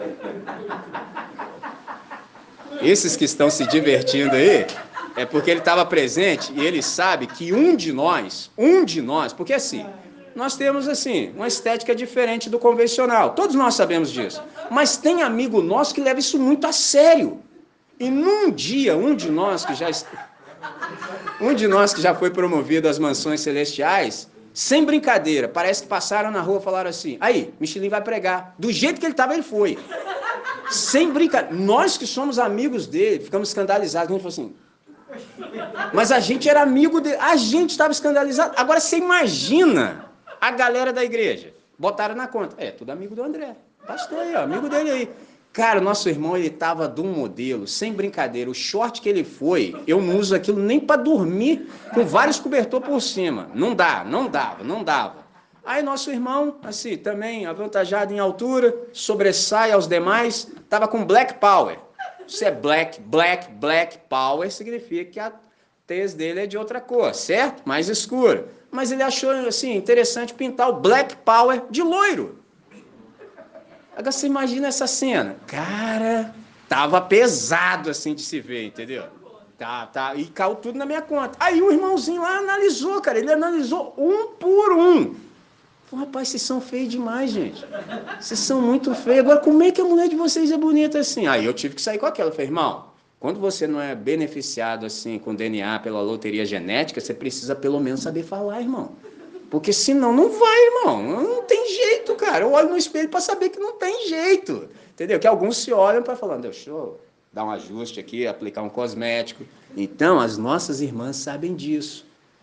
esses que estão se divertindo aí, é porque ele estava presente e ele sabe que um de nós, porque assim, nós temos assim, uma estética diferente do convencional, todos nós sabemos disso, mas tem amigo nosso que leva isso muito a sério, e num dia, um de nós que já foi promovido às mansões celestiais, sem brincadeira, parece que passaram na rua e falaram assim, aí, Michelin vai pregar, do jeito que ele estava, ele foi, sem brincadeira, nós que somos amigos dele, ficamos escandalizados, a gente falou assim, mas a gente era amigo dele, a gente estava escandalizado, agora você imagina a galera da igreja, botaram na conta, tudo amigo do André, pastor aí, ó, amigo dele aí, cara, nosso irmão, ele estava de um modelo, sem brincadeira, o short que ele foi, eu não uso aquilo nem para dormir, com vários cobertores por cima, não dava, aí nosso irmão, assim, também avantajado em altura, sobressai aos demais, estava com black power, se é black power, significa que a tez dele é de outra cor, certo? Mais escura. Mas ele achou, assim, interessante pintar o black power de loiro. Agora você imagina essa cena. Cara, tava pesado, assim, de se ver, entendeu? E caiu tudo na minha conta. Aí o irmãozinho lá analisou, cara, ele analisou um por um. Pô, rapaz, vocês são feios demais, gente. Vocês são muito feios. Agora, como é que a mulher de vocês é bonita assim? Aí eu tive que sair com aquela. Eu falei, irmão, quando você não é beneficiado assim com DNA pela loteria genética, você precisa pelo menos saber falar, irmão. Porque senão não vai, irmão. Não tem jeito, cara. Eu olho no espelho para saber que não tem jeito. Entendeu? Que alguns se olham para falar, deixa eu dar um ajuste aqui, aplicar um cosmético. Então, as nossas irmãs sabem disso.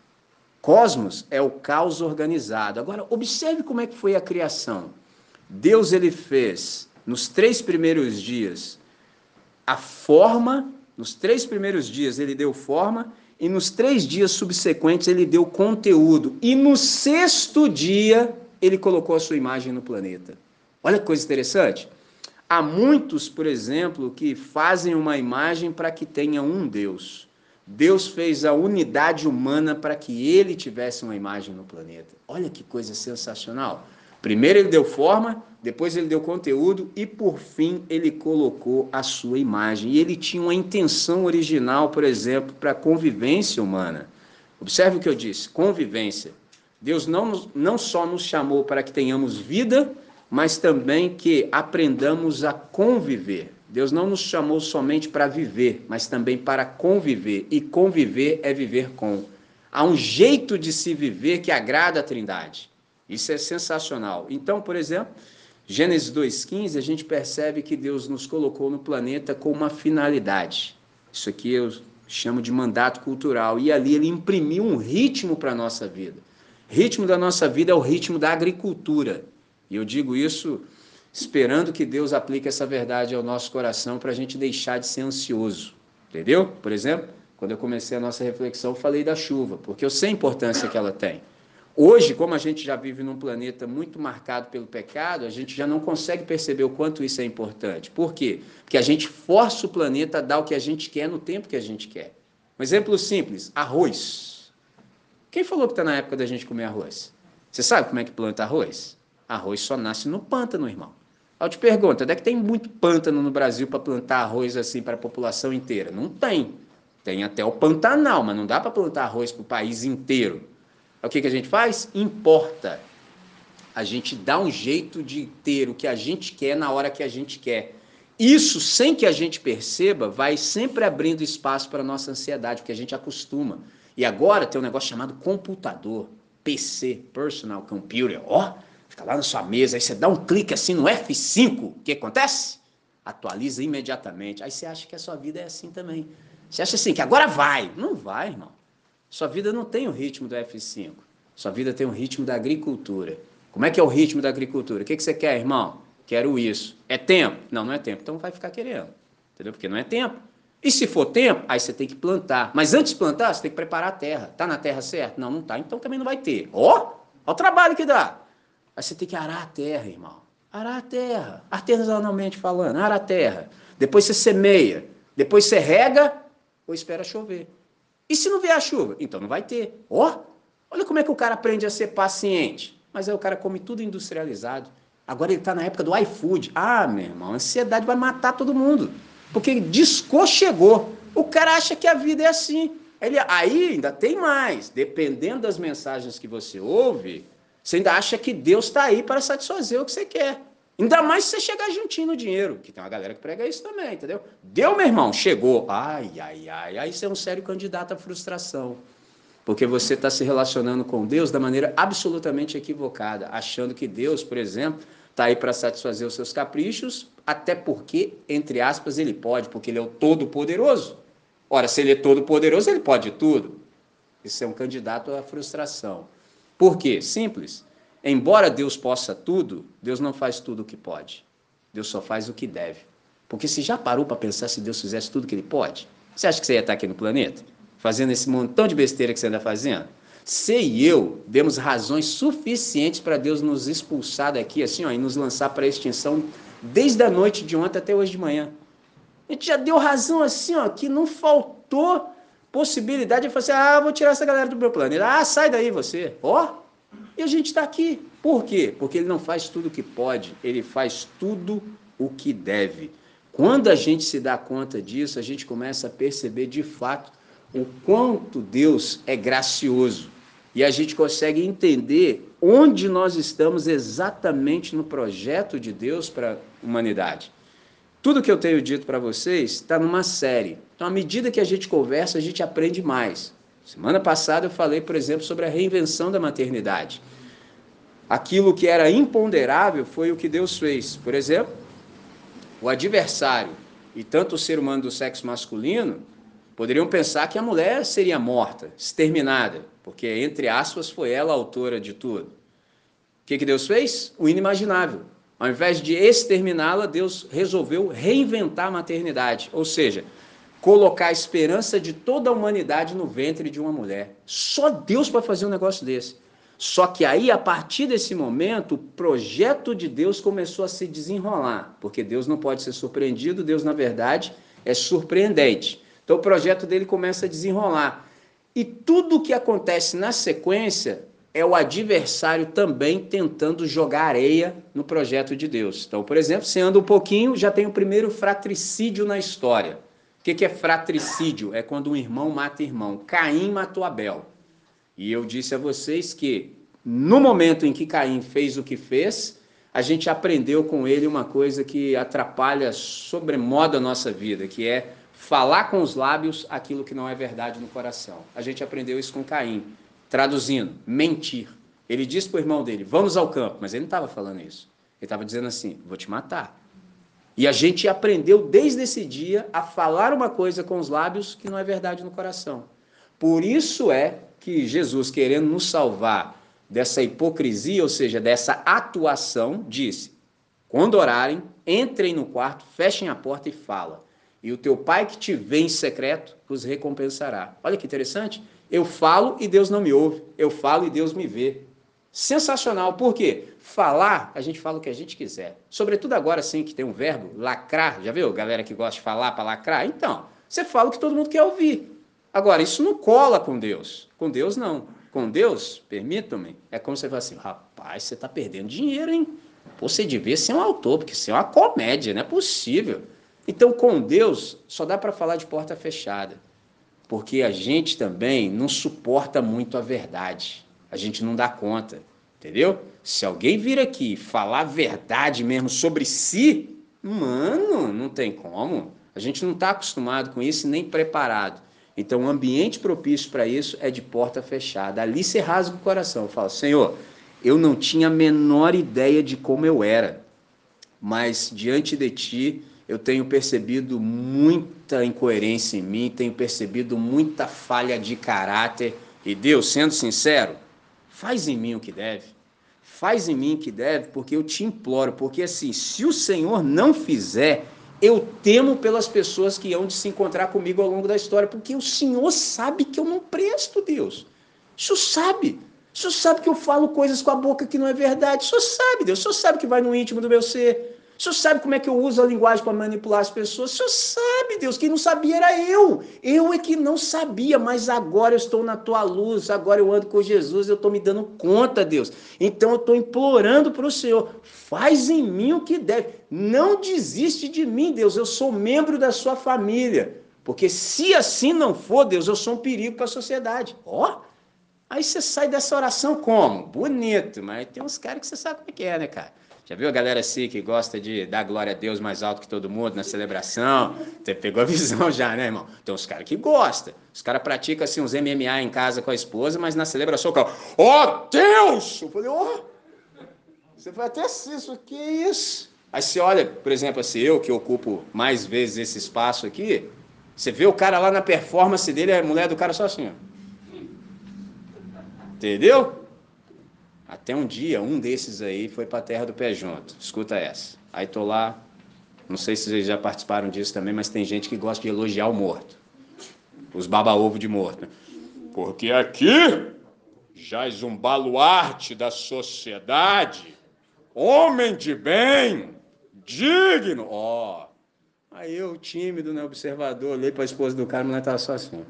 Cosmos é o caos organizado. Agora, observe como é que foi a criação. Deus, ele fez, nos 3 primeiros dias, a forma, nos 3 primeiros dias ele deu forma, e nos 3 dias subsequentes ele deu conteúdo. E no 6º dia, ele colocou a sua imagem no planeta. Olha que coisa interessante. Há muitos, por exemplo, que fazem uma imagem para que tenha um Deus. Deus fez a unidade humana para que ele tivesse uma imagem no planeta. Olha que coisa sensacional. Primeiro ele deu forma, depois ele deu conteúdo e por fim ele colocou a sua imagem. E ele tinha uma intenção original, por exemplo, para a convivência humana. Observe o que eu disse, convivência. Deus não só nos chamou para que tenhamos vida, mas também que aprendamos a conviver. Deus não nos chamou somente para viver, mas também para conviver. E conviver é viver com. Há um jeito de se viver que agrada a Trindade. Isso é sensacional. Então, por exemplo, Gênesis 2,15, a gente percebe que Deus nos colocou no planeta com uma finalidade. Isso aqui eu chamo de mandato cultural. E ali ele imprimiu um ritmo para a nossa vida. O ritmo da nossa vida é o ritmo da agricultura. E eu digo isso esperando que Deus aplique essa verdade ao nosso coração para a gente deixar de ser ansioso, entendeu? Por exemplo, quando eu comecei a nossa reflexão, eu falei da chuva, porque eu sei a importância que ela tem. Hoje, como a gente já vive num planeta muito marcado pelo pecado, a gente já não consegue perceber o quanto isso é importante. Por quê? Porque a gente força o planeta a dar o que a gente quer no tempo que a gente quer. Um exemplo simples, arroz. Quem falou que está na época da gente comer arroz? Você sabe como é que planta arroz? Arroz só nasce no pântano, irmão. Eu te pergunto, onde é que tem muito pântano no Brasil para plantar arroz assim para a população inteira? Não tem. Tem até o Pantanal, mas não dá para plantar arroz para o país inteiro. O que a gente faz? Importa. A gente dá um jeito de ter o que a gente quer na hora que a gente quer. Isso, sem que a gente perceba, vai sempre abrindo espaço para a nossa ansiedade, porque a gente acostuma. E agora tem um negócio chamado computador, PC, Personal Computer. Ó, fica lá na sua mesa, aí você dá um clique assim no F5, o que acontece? Atualiza imediatamente. Aí você acha que a sua vida é assim também. Você acha assim, que agora vai. Não vai, irmão. Sua vida não tem o ritmo do F5. Sua vida tem o ritmo da agricultura. Como é que é o ritmo da agricultura? O que você quer, irmão? Quero isso. É tempo? Não, não é tempo. Então vai ficar querendo. Entendeu? Porque não é tempo. E se for tempo, aí você tem que plantar. Mas antes de plantar, você tem que preparar a terra. Está na terra certa? Não, não está. Então também não vai ter. Ó o trabalho que dá. Aí você tem que arar a terra, irmão. Arar a terra. Artesanalmente falando, arar a terra. Depois você semeia. Depois você rega ou espera chover. E se não vier a chuva? Então não vai ter. Olha como é que o cara aprende a ser paciente. Mas aí o cara come tudo industrializado. Agora ele está na época do iFood. Ah, meu irmão, a ansiedade vai matar todo mundo. Porque discou, chegou. O cara acha que a vida é assim. Aí ainda tem mais. Dependendo das mensagens que você ouve, você ainda acha que Deus está aí para satisfazer o que você quer. Ainda mais se você chegar juntinho no dinheiro, que tem uma galera que prega isso também, entendeu? Deu, meu irmão, chegou. Ai. Aí você é um sério candidato à frustração. Porque você está se relacionando com Deus da maneira absolutamente equivocada, achando que Deus, por exemplo, está aí para satisfazer os seus caprichos, até porque, entre aspas, ele pode, porque ele é o Todo-Poderoso. Ora, se ele é Todo-Poderoso, ele pode tudo. Isso é um candidato à frustração. Por quê? Simples. Embora Deus possa tudo, Deus não faz tudo o que pode. Deus só faz o que deve. Porque se já parou para pensar se Deus fizesse tudo o que ele pode, você acha que você ia estar aqui no planeta? Fazendo esse montão de besteira que você anda fazendo? Você e eu demos razões suficientes para Deus nos expulsar daqui assim, e nos lançar para a extinção desde a noite de ontem até hoje de manhã. A gente já deu razão assim, que não faltou possibilidade de falar assim, vou tirar essa galera do meu planeta. Sai daí você. E a gente está aqui. Por quê? Porque ele não faz tudo o que pode, ele faz tudo o que deve. Quando a gente se dá conta disso, a gente começa a perceber de fato o quanto Deus é gracioso. E a gente consegue entender onde nós estamos exatamente no projeto de Deus para a humanidade. Tudo que eu tenho dito para vocês está numa série. Então, à medida que a gente conversa, a gente aprende mais. Semana passada eu falei, por exemplo, sobre a reinvenção da maternidade. Aquilo que era imponderável foi o que Deus fez. Por exemplo, o adversário e tanto o ser humano do sexo masculino poderiam pensar que a mulher seria morta, exterminada, porque, entre aspas, foi ela a autora de tudo. O que Deus fez? O inimaginável. Ao invés de exterminá-la, Deus resolveu reinventar a maternidade, ou seja, colocar a esperança de toda a humanidade no ventre de uma mulher. Só Deus pode fazer um negócio desse. Só que aí, a partir desse momento, o projeto de Deus começou a se desenrolar, porque Deus não pode ser surpreendido, Deus, na verdade, é surpreendente. Então, o projeto dele começa a desenrolar. E tudo o que acontece na sequência é o adversário também tentando jogar areia no projeto de Deus. Então, por exemplo, você anda um pouquinho, já tem o primeiro fratricídio na história. O que é fratricídio? É quando um irmão mata irmão. Caim matou Abel. E eu disse a vocês que, no momento em que Caim fez o que fez, a gente aprendeu com ele uma coisa que atrapalha sobremodo a nossa vida, que é falar com os lábios aquilo que não é verdade no coração. A gente aprendeu isso com Caim. Traduzindo, mentir. Ele disse para o irmão dele, vamos ao campo, mas ele não estava falando isso. Ele estava dizendo assim, vou te matar. E a gente aprendeu desde esse dia a falar uma coisa com os lábios que não é verdade no coração. Por isso é que Jesus, querendo nos salvar dessa hipocrisia, ou seja, dessa atuação, disse, quando orarem, entrem no quarto, fechem a porta e fala. E o teu pai que te vê em secreto os recompensará. Olha que interessante. Eu falo e Deus não me ouve. Eu falo e Deus me vê. Sensacional. Por quê? Falar, a gente fala o que a gente quiser. Sobretudo agora sim que tem um verbo, lacrar. Já viu? Galera que gosta de falar para lacrar. Então, você fala o que todo mundo quer ouvir. Agora, isso não cola com Deus. Com Deus, não. com Deus, permitam-me, é como você fala assim, rapaz, você está perdendo dinheiro, hein? Pô, você devia ser um autor, porque isso é uma comédia, não é possível. Então, com Deus, só dá para falar de porta fechada, porque a gente também não suporta muito a verdade, a gente não dá conta, entendeu? Se alguém vir aqui falar a verdade mesmo sobre si, mano, não tem como. A gente não está acostumado com isso nem preparado. Então, o ambiente propício para isso é de porta fechada. Ali você rasga o coração. Fala, Senhor, eu não tinha a menor ideia de como eu era, mas diante de Ti eu tenho percebido muita incoerência em mim, tenho percebido muita falha de caráter. E Deus, sendo sincero, faz em mim o que deve. Faz em mim o que deve, porque eu te imploro. Porque assim, se o Senhor não fizer, eu temo pelas pessoas que hão de se encontrar comigo ao longo da história, porque o Senhor sabe que eu não presto, Deus. O Senhor sabe. O Senhor sabe que eu falo coisas com a boca que não é verdade. O Senhor sabe, Deus. O Senhor sabe que vai no íntimo do meu ser. O Senhor sabe como é que eu uso a linguagem para manipular as pessoas. O Senhor sabe, Deus. Quem não sabia era eu. Eu é que não sabia, mas agora eu estou na tua luz. Agora eu ando com Jesus. Eu estou me dando conta, Deus. Então eu estou implorando para o Senhor. Faz em mim o que deve. Não desiste de mim, Deus. Eu sou membro da sua família. Porque se assim não for, Deus, eu sou um perigo para a sociedade. Ó. Aí você sai dessa oração como? Bonito, mas tem uns caras que você sabe como é que é, né, cara? Já viu a galera assim que gosta de dar glória a Deus mais alto que todo mundo na celebração? Você pegou a visão já, né, irmão? Tem uns caras que gostam. Os caras praticam assim uns MMA em casa com a esposa, mas na celebração o cara, ó Deus! Eu falei, ó! Você vai até assim, isso que é isso? Aí você olha, por exemplo, assim, eu que ocupo mais vezes esse espaço aqui, você vê o cara lá na performance dele, a mulher do cara só assim, ó. Entendeu? Até um dia, um desses aí foi para a terra do pé junto. Escuta essa. Aí tô lá, não sei se vocês já participaram disso também, mas tem gente que gosta de elogiar o morto. Os baba-ovo de morto. Porque aqui jaz um baluarte da sociedade, homem de bem, digno. Ó. Aí eu, tímido, né, observador, olhei para a esposa do cara, a mulher estava só assim.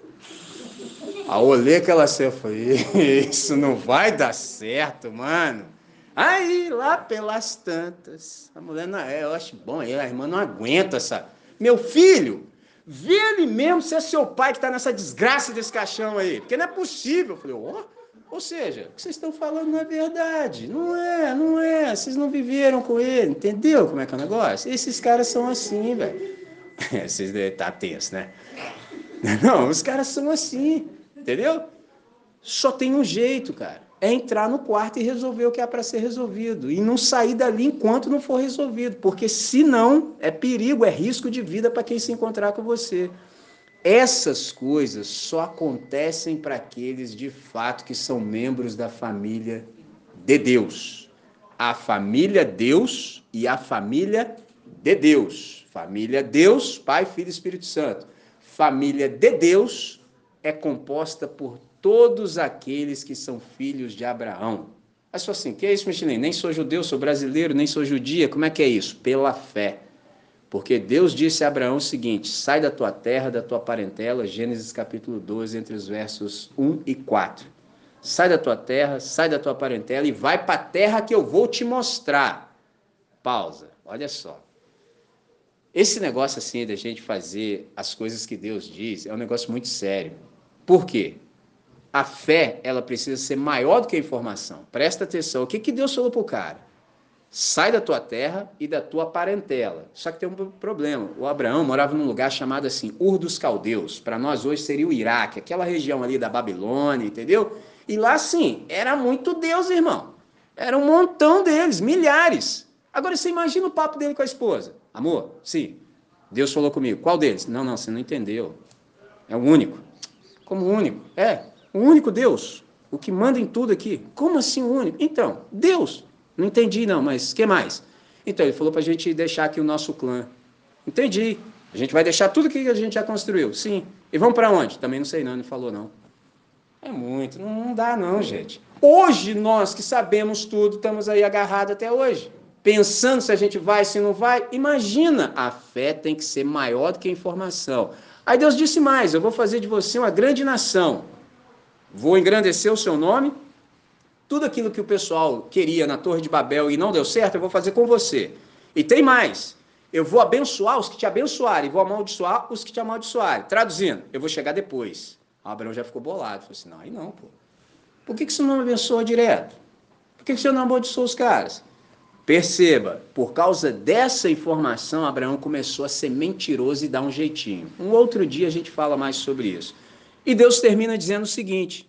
Aí olhei aquela cena e falei, isso não vai dar certo, mano. Aí, lá pelas tantas, a mulher, não, eu acho bom, a irmã não aguenta essa. Meu filho, vê ele mesmo se é seu pai que está nessa desgraça desse caixão aí, porque não é possível. Eu falei, ou seja, o que vocês estão falando não é verdade, não é, vocês não viveram com ele, entendeu como é que é o negócio? Esses caras são assim, velho. Vocês devem estar tensos, né? Não, os caras são assim. Entendeu? Só tem um jeito, cara. É entrar no quarto e resolver o que é para ser resolvido. E não sair dali enquanto não for resolvido. Porque senão é perigo, é risco de vida para quem se encontrar com você. Essas coisas só acontecem para aqueles de fato que são membros da família de Deus. A família Deus e a família de Deus. Família Deus, Pai, Filho e Espírito Santo. Família de Deus é composta por todos aqueles que são filhos de Abraão. Mas só assim, que é isso, Michelin? Nem sou judeu, sou brasileiro, nem sou judia. Como é que é isso? Pela fé. Porque Deus disse a Abraão o seguinte, sai da tua terra, da tua parentela, Gênesis capítulo 12, entre os versos 1 e 4. Sai da tua terra, sai da tua parentela e vai para a terra que eu vou te mostrar. Pausa, olha só. Esse negócio assim da gente fazer as coisas que Deus diz é um negócio muito sério. Por quê? A fé, ela precisa ser maior do que a informação. Presta atenção, o que Deus falou para o cara? Sai da tua terra e da tua parentela. Só que tem um problema. O Abraão morava num lugar chamado assim, Ur dos Caldeus. Para nós hoje seria o Iraque, aquela região ali da Babilônia, entendeu? E lá sim, era muito Deus, irmão. Era um montão deles, milhares. Agora você imagina o papo dele com a esposa. Amor, sim, Deus falou comigo. Qual deles? Não, você não entendeu. É o único. Como único? É, o único Deus. O que manda em tudo aqui. Como assim o único? Então, Deus. Não entendi não, mas o que mais? Então, ele falou para a gente deixar aqui o nosso clã. Entendi. A gente vai deixar tudo que a gente já construiu. Sim. E vamos para onde? Também não sei não, não falou não. É muito. Não dá não, gente. Hoje, nós que sabemos tudo, estamos aí agarrados até hoje. Pensando se a gente vai, se não vai. Imagina, a fé tem que ser maior do que a informação. Aí Deus disse mais, eu vou fazer de você uma grande nação. Vou engrandecer o seu nome. Tudo aquilo que o pessoal queria na Torre de Babel e não deu certo, eu vou fazer com você. E tem mais. Eu vou abençoar os que te abençoarem, e vou amaldiçoar os que te amaldiçoarem. Traduzindo, eu vou chegar depois. Abraão já ficou bolado. Falou assim, não, aí não, pô. Por que você não abençoa direto? Por que você não amaldiçoa os caras? Perceba, por causa dessa informação, Abraão começou a ser mentiroso e dar um jeitinho. Um outro dia a gente fala mais sobre isso. E Deus termina dizendo o seguinte,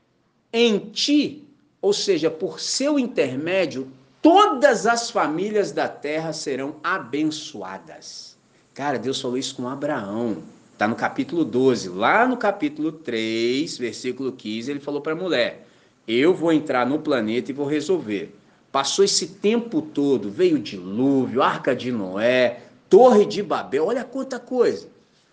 em ti, ou seja, por seu intermédio, todas as famílias da terra serão abençoadas. Cara, Deus falou isso com Abraão. Está no capítulo 12. Lá no capítulo 3, versículo 15, ele falou para a mulher, eu vou entrar no planeta e vou resolver. Passou esse tempo todo, veio o dilúvio, Arca de Noé, Torre de Babel, olha quanta coisa.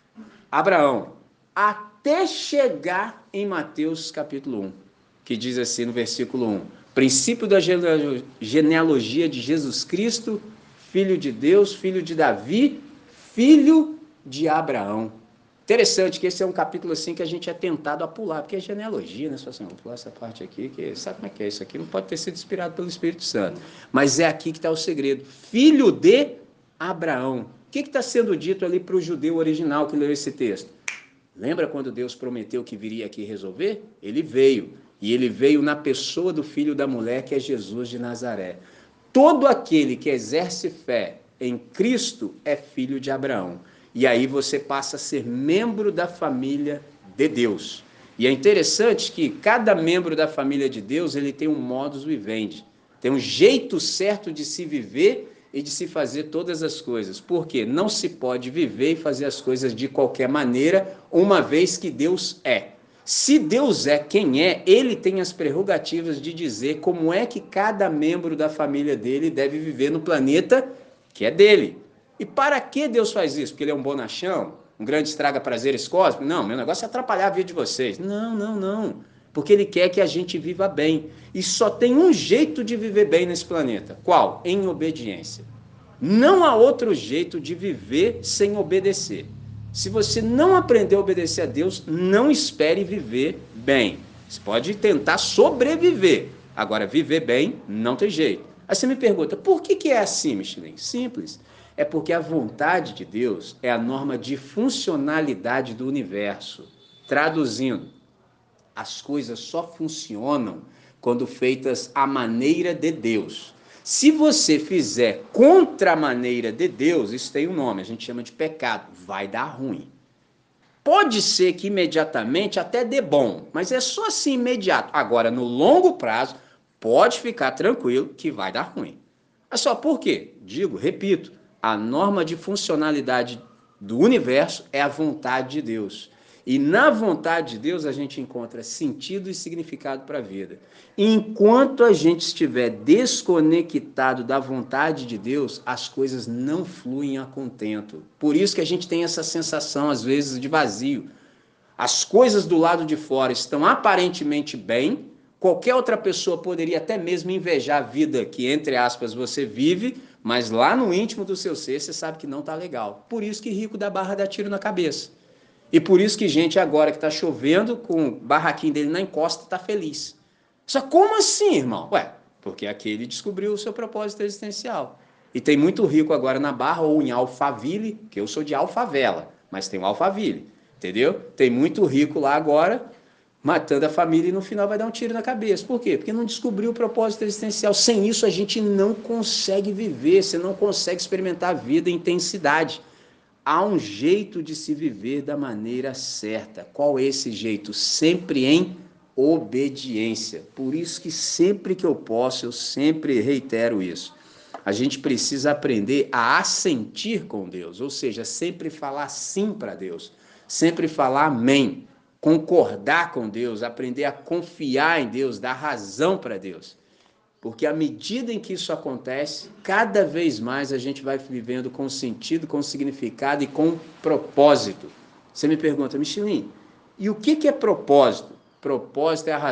Abraão, até chegar em Mateus capítulo 1, que diz assim no versículo 1, princípio da genealogia de Jesus Cristo, filho de Deus, filho de Davi, filho de Abraão. Interessante que esse é um capítulo assim que a gente é tentado a pular, porque é genealogia, né? Só assim, vou pular essa parte aqui, que sabe como é que é? Isso aqui não pode ter sido inspirado pelo Espírito Santo. Mas é aqui que está o segredo. Filho de Abraão. O que está sendo dito ali para o judeu original que leu esse texto? Lembra quando Deus prometeu que viria aqui resolver? Ele veio. E ele veio na pessoa do filho da mulher, que é Jesus de Nazaré. Todo aquele que exerce fé em Cristo é filho de Abraão. E aí você passa a ser membro da família de Deus. E é interessante que cada membro da família de Deus, ele tem um modus vivendi, tem um jeito certo de se viver e de se fazer todas as coisas. Porque não se pode viver e fazer as coisas de qualquer maneira, uma vez que Deus é. Se Deus é quem é, ele tem as prerrogativas de dizer como é que cada membro da família dele deve viver no planeta que é dele. E para que Deus faz isso? Porque ele é um bonachão? Um grande estraga-prazeres cósmicos? Não, meu negócio é atrapalhar a vida de vocês. Não, não, não. Porque ele quer que a gente viva bem. E só tem um jeito de viver bem nesse planeta. Qual? Em obediência. Não há outro jeito de viver sem obedecer. Se você não aprender a obedecer a Deus, não espere viver bem. Você pode tentar sobreviver. Agora, viver bem, não tem jeito. Aí você me pergunta, por que é assim, Michelin? Simples. É porque a vontade de Deus é a norma de funcionalidade do universo. Traduzindo, as coisas só funcionam quando feitas à maneira de Deus. Se você fizer contra a maneira de Deus, isso tem um nome, a gente chama de pecado, vai dar ruim. Pode ser que imediatamente até dê bom, mas é só assim imediato. Agora, no longo prazo, pode ficar tranquilo que vai dar ruim. Mas só por quê? Digo, repito, a norma de funcionalidade do universo é a vontade de Deus. E na vontade de Deus a gente encontra sentido e significado para a vida. Enquanto a gente estiver desconectado da vontade de Deus, as coisas não fluem a contento. Por isso que a gente tem essa sensação, às vezes, de vazio. As coisas do lado de fora estão aparentemente bem, qualquer outra pessoa poderia até mesmo invejar a vida que, entre aspas, você vive, mas lá no íntimo do seu ser, você sabe que não está legal. Por isso que rico da barra dá tiro na cabeça. E por isso que gente agora que está chovendo, com o barraquinho dele na encosta, está feliz. Só como assim, irmão? Ué, porque aquele descobriu o seu propósito existencial. E tem muito rico agora na Barra ou em Alphaville, que eu sou de Alfavela, mas tem o Alphaville, entendeu? Tem muito rico lá agora, matando a família e no final vai dar um tiro na cabeça. Por quê? Porque não descobriu o propósito existencial. Sem isso a gente não consegue viver, você não consegue experimentar a vida em intensidade. Há um jeito de se viver da maneira certa. Qual é esse jeito? Sempre em obediência. Por isso que sempre que eu posso, eu sempre reitero isso. A gente precisa aprender a assentir com Deus, ou seja, sempre falar sim para Deus, sempre falar amém, concordar com Deus, aprender a confiar em Deus, dar razão para Deus. Porque à medida em que isso acontece, cada vez mais a gente vai vivendo com sentido, com significado e com propósito. Você me pergunta, Michelin, e o que é propósito? Propósito é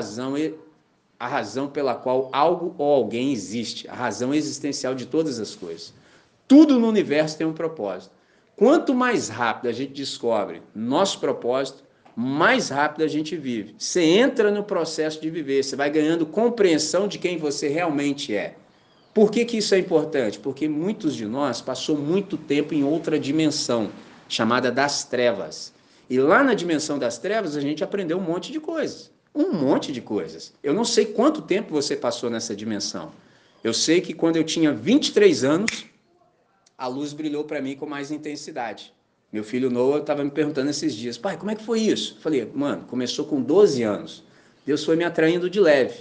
a razão pela qual algo ou alguém existe, a razão existencial de todas as coisas. Tudo no universo tem um propósito. Quanto mais rápido a gente descobre nosso propósito, mais rápido a gente vive. Você entra no processo de viver, você vai ganhando compreensão de quem você realmente é. Por que isso é importante? Porque muitos de nós passou muito tempo em outra dimensão, chamada das trevas. E lá na dimensão das trevas a gente aprendeu um monte de coisas. Um monte de coisas. Eu não sei quanto tempo você passou nessa dimensão. Eu sei que quando eu tinha 23 anos, a luz brilhou para mim com mais intensidade. Meu filho Noah estava me perguntando esses dias, pai, como é que foi isso? Eu falei, mano, começou com 12 anos. Deus foi me atraindo de leve,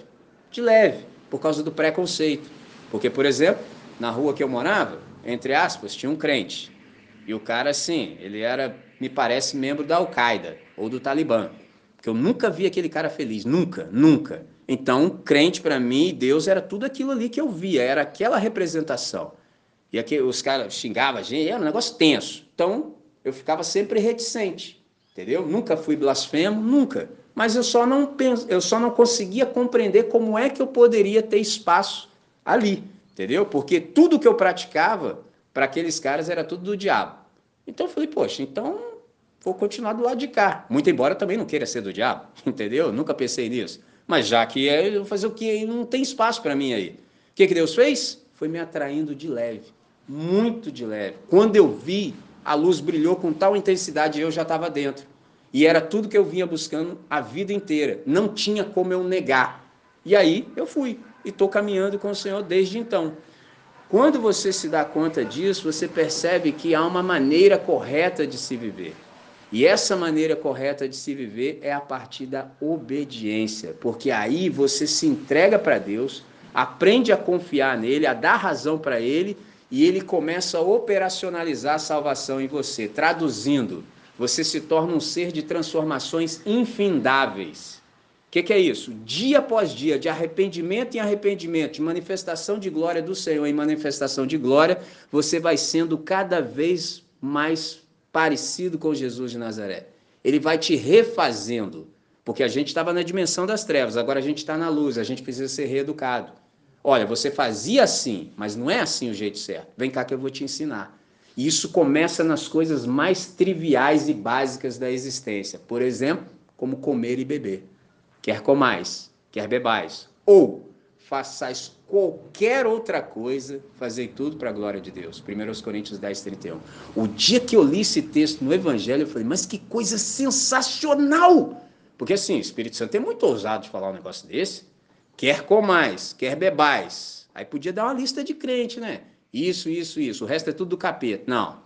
por causa do preconceito. Porque, por exemplo, na rua que eu morava, entre aspas, tinha um crente. E o cara, assim, ele era, me parece, membro da Al-Qaeda ou do Talibã. Porque eu nunca vi aquele cara feliz, nunca, nunca. Então, crente para mim, Deus era tudo aquilo ali que eu via, era aquela representação. E aqui os caras xingavam a gente, era um negócio tenso. Então, eu ficava sempre reticente, entendeu? Nunca fui blasfemo, nunca. Mas eu só não conseguia compreender como é que eu poderia ter espaço ali, entendeu? Porque tudo que eu praticava para aqueles caras era tudo do diabo. Então eu falei, poxa, então vou continuar do lado de cá. Muito embora eu também não queira ser do diabo, entendeu? Nunca pensei nisso. Mas já que é, eu vou fazer o que? Não tem espaço para mim aí. O que Deus fez? Foi me atraindo de leve, muito de leve. Quando eu vi, a luz brilhou com tal intensidade e eu já estava dentro. E era tudo que eu vinha buscando a vida inteira. Não tinha como eu negar. E aí eu fui. E estou caminhando com o Senhor desde então. Quando você se dá conta disso, você percebe que há uma maneira correta de se viver. E essa maneira correta de se viver é a partir da obediência, porque aí você se entrega para Deus, aprende a confiar nele, a dar razão para ele, e ele começa a operacionalizar a salvação em você. Traduzindo, você se torna um ser de transformações infindáveis. O que é isso? Dia após dia, de arrependimento em arrependimento, de manifestação de glória do Senhor em manifestação de glória, você vai sendo cada vez mais parecido com Jesus de Nazaré. Ele vai te refazendo, porque a gente estava na dimensão das trevas, agora a gente está na luz, a gente precisa ser reeducado. Olha, você fazia assim, mas não é assim o jeito certo. Vem cá que eu vou te ensinar. E isso começa nas coisas mais triviais e básicas da existência. Por exemplo, como comer e beber. Quer comais, quer bebais, ou façais qualquer outra coisa, fazei tudo para a glória de Deus. 1 Coríntios 10, 31. O dia que eu li esse texto no Evangelho, eu falei, mas que coisa sensacional! Porque assim, o Espírito Santo é muito ousado de falar um negócio desse. Quer comais, quer bebais. Aí podia dar uma lista de crente, né? Isso. O resto é tudo do capeta. Não.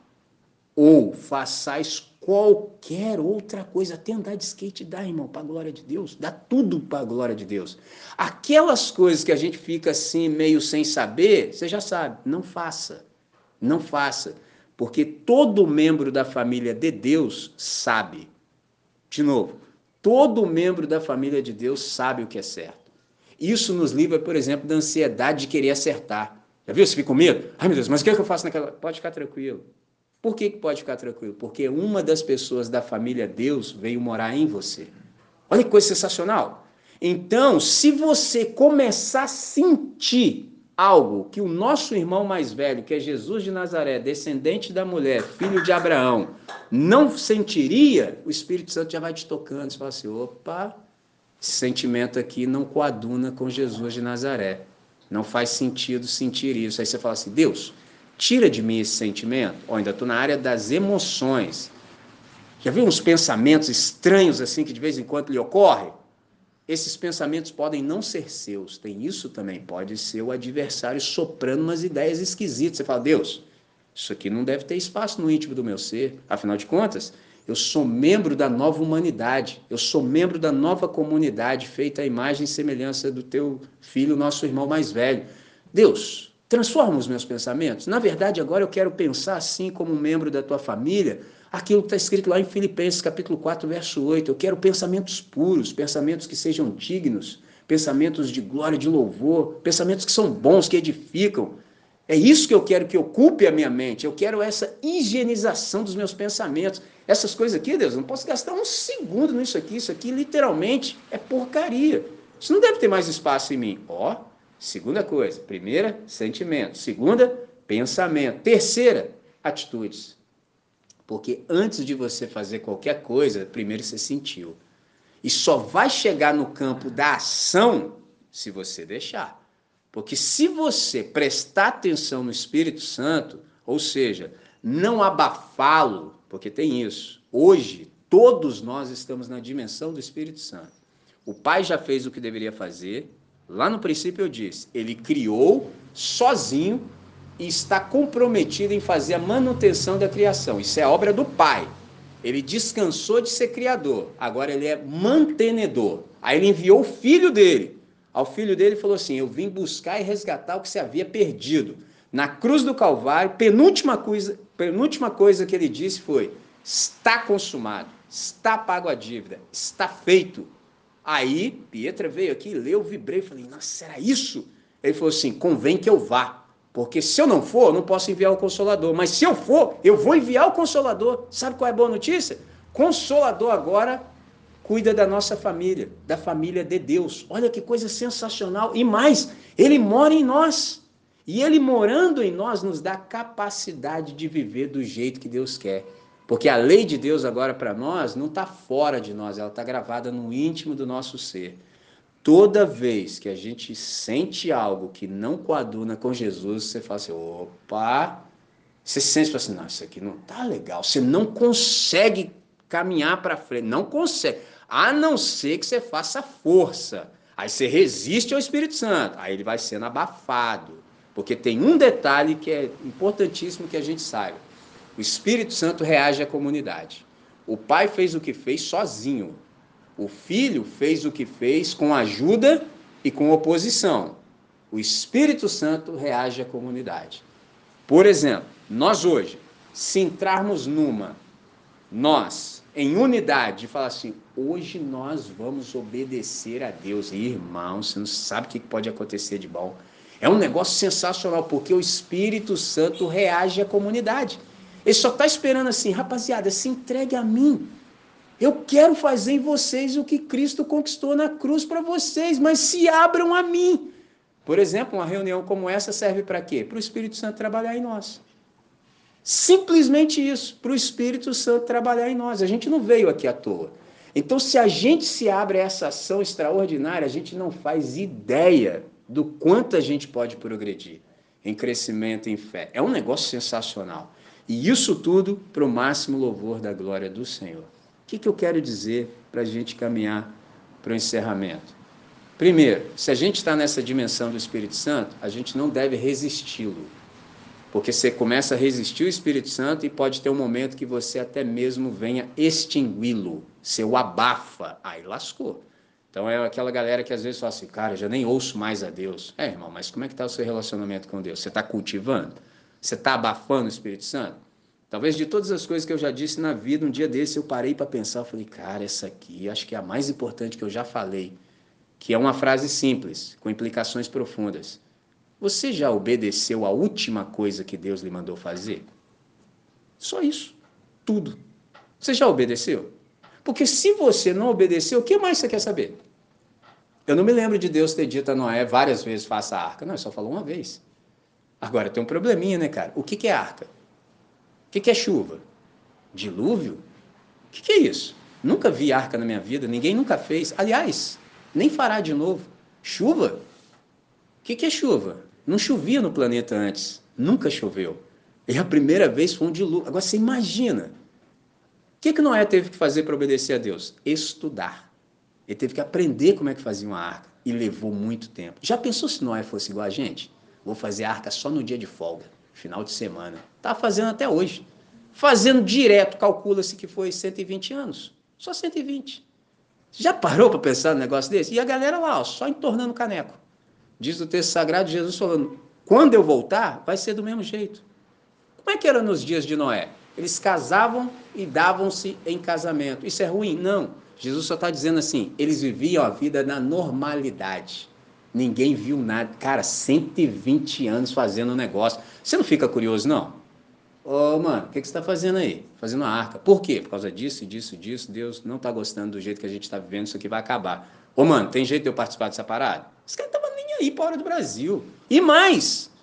Ou façais qualquer outra coisa, até andar de skate dá, irmão, para a glória de Deus, dá tudo para a glória de Deus. Aquelas coisas que a gente fica assim, meio sem saber, você já sabe, não faça, porque todo membro da família de Deus sabe. De novo, todo membro da família de Deus sabe o que é certo. Isso nos livra, por exemplo, da ansiedade de querer acertar. Já viu? Você fica com medo? Ai, meu Deus, mas o que é que eu faço naquela... Pode ficar tranquilo. Por que pode ficar tranquilo? Porque uma das pessoas da família Deus veio morar em você. Olha que coisa sensacional. Então, se você começar a sentir algo que o nosso irmão mais velho, que é Jesus de Nazaré, descendente da mulher, filho de Abraão, não sentiria, o Espírito Santo já vai te tocando. Você fala assim, opa, esse sentimento aqui não coaduna com Jesus de Nazaré. Não faz sentido sentir isso. Aí você fala assim, Deus, tira de mim esse sentimento. Ou ainda estou na área das emoções. Já viu uns pensamentos estranhos assim que de vez em quando lhe ocorrem? Esses pensamentos podem não ser seus. Tem isso também. Pode ser o adversário soprando umas ideias esquisitas. Você fala, Deus, isso aqui não deve ter espaço no íntimo do meu ser. Afinal de contas, eu sou membro da nova humanidade. Eu sou membro da nova comunidade feita à imagem e semelhança do teu filho, nosso irmão mais velho. Deus, transforma os meus pensamentos. Na verdade, agora eu quero pensar assim como um membro da tua família, aquilo que está escrito lá em Filipenses, capítulo 4, verso 8. Eu quero pensamentos puros, pensamentos que sejam dignos, pensamentos de glória, de louvor, pensamentos que são bons, que edificam. É isso que eu quero que ocupe a minha mente. Eu quero essa higienização dos meus pensamentos. Essas coisas aqui, Deus, eu não posso gastar um segundo nisso aqui. Isso aqui, literalmente, é porcaria. Isso não deve ter mais espaço em mim. Ó, segunda coisa. Primeira, sentimento. Segunda, pensamento. Terceira, atitudes. Porque antes de você fazer qualquer coisa, primeiro você sentiu. E só vai chegar no campo da ação se você deixar. Porque se você prestar atenção no Espírito Santo, ou seja, não abafá-lo, porque tem isso. Hoje, todos nós estamos na dimensão do Espírito Santo. O Pai já fez o que deveria fazer. Lá no princípio eu disse, ele criou sozinho e está comprometido em fazer a manutenção da criação. Isso é obra do Pai. Ele descansou de ser criador, agora ele é mantenedor. Aí ele enviou o filho dele. Ao filho dele falou assim, eu vim buscar e resgatar o que se havia perdido. Na cruz do Calvário, penúltima coisa que ele disse foi, está consumado, está pago a dívida, está feito. Aí, Pietra veio aqui, leu, vibrei, falei, nossa, era isso? Ele falou assim, convém que eu vá. Porque se eu não for, eu não posso enviar o Consolador. Mas se eu for, eu vou enviar o Consolador. Sabe qual é a boa notícia? Consolador agora cuida da nossa família, da família de Deus. Olha que coisa sensacional. E mais, ele mora em nós. E ele morando em nós nos dá capacidade de viver do jeito que Deus quer. Porque a lei de Deus agora para nós não está fora de nós, ela está gravada no íntimo do nosso ser. Toda vez que a gente sente algo que não coaduna com Jesus, você fala assim, opa, você sente assim, não, isso aqui não tá legal, você não consegue caminhar para frente, não consegue, a não ser que você faça força, aí você resiste ao Espírito Santo, aí ele vai sendo abafado, porque tem um detalhe que é importantíssimo que a gente saiba, o Espírito Santo reage à comunidade, o Pai fez o que fez sozinho, o Filho fez o que fez com ajuda e com oposição. O Espírito Santo reage à comunidade. Por exemplo, nós hoje, se entrarmos nós, em unidade, e falar assim, hoje nós vamos obedecer a Deus. E, irmão, você não sabe o que pode acontecer de bom. É um negócio sensacional, porque o Espírito Santo reage à comunidade. Ele só está esperando assim, rapaziada, se entregue a mim. Eu quero fazer em vocês o que Cristo conquistou na cruz para vocês, mas se abram a mim. Por exemplo, uma reunião como essa serve para quê? Para o Espírito Santo trabalhar em nós. Simplesmente isso, para o Espírito Santo trabalhar em nós. A gente não veio aqui à toa. Então, se a gente se abre a essa ação extraordinária, a gente não faz ideia do quanto a gente pode progredir em crescimento, em fé. É um negócio sensacional. E isso tudo para o máximo louvor da glória do Senhor. O que eu quero dizer para a gente caminhar para o encerramento? Primeiro, se a gente está nessa dimensão do Espírito Santo, a gente não deve resisti-lo. Porque você começa a resistir o Espírito Santo e pode ter um momento que você até mesmo venha extingui-lo. Você o abafa, aí lascou. Então é aquela galera que às vezes fala assim, cara, já nem ouço mais a Deus. Irmão, mas como é que está o seu relacionamento com Deus? Você está cultivando? Você está abafando o Espírito Santo? Talvez de todas as coisas que eu já disse na vida, um dia desse eu parei para pensar, eu falei, cara, essa aqui acho que é a mais importante que eu já falei, que é uma frase simples, com implicações profundas. Você já obedeceu a última coisa que Deus lhe mandou fazer? Só isso, tudo. Você já obedeceu? Porque se você não obedeceu, o que mais você quer saber? Eu não me lembro de Deus ter dito a Noé várias vezes, faça a arca. Não, ele só falou uma vez. Agora, tem um probleminha, né, cara? O que é arca? O que é chuva? Dilúvio? O que é isso? Nunca vi arca na minha vida, ninguém nunca fez. Aliás, nem fará de novo. Chuva? O que é chuva? Não chovia no planeta antes. Nunca choveu. E a primeira vez foi um dilúvio. Agora você imagina. O que Noé teve que fazer para obedecer a Deus? Estudar. Ele teve que aprender como é que fazia uma arca. E levou muito tempo. Já pensou se Noé fosse igual a gente? Vou fazer a arca só no dia de folga, final de semana. Está fazendo até hoje. Fazendo direto, calcula-se que foi 120 anos. Só 120. Já parou para pensar no negócio desse? E a galera lá, ó, só entornando o caneco. Diz o texto sagrado de Jesus falando, quando eu voltar, vai ser do mesmo jeito. Como é que era nos dias de Noé? Eles casavam e davam-se em casamento. Isso é ruim? Não. Jesus só está dizendo assim, eles viviam a vida na normalidade. Ninguém viu nada. Cara, 120 anos fazendo um negócio. Você não fica curioso, não? Ô, mano, o que você está fazendo aí? Fazendo uma arca. Por quê? Por causa disso, disso, disso. Deus não está gostando do jeito que a gente está vivendo, isso aqui vai acabar. Ô, mano, tem jeito de eu participar dessa parada? Esse cara não estava nem aí para hora do Brasil. E mais,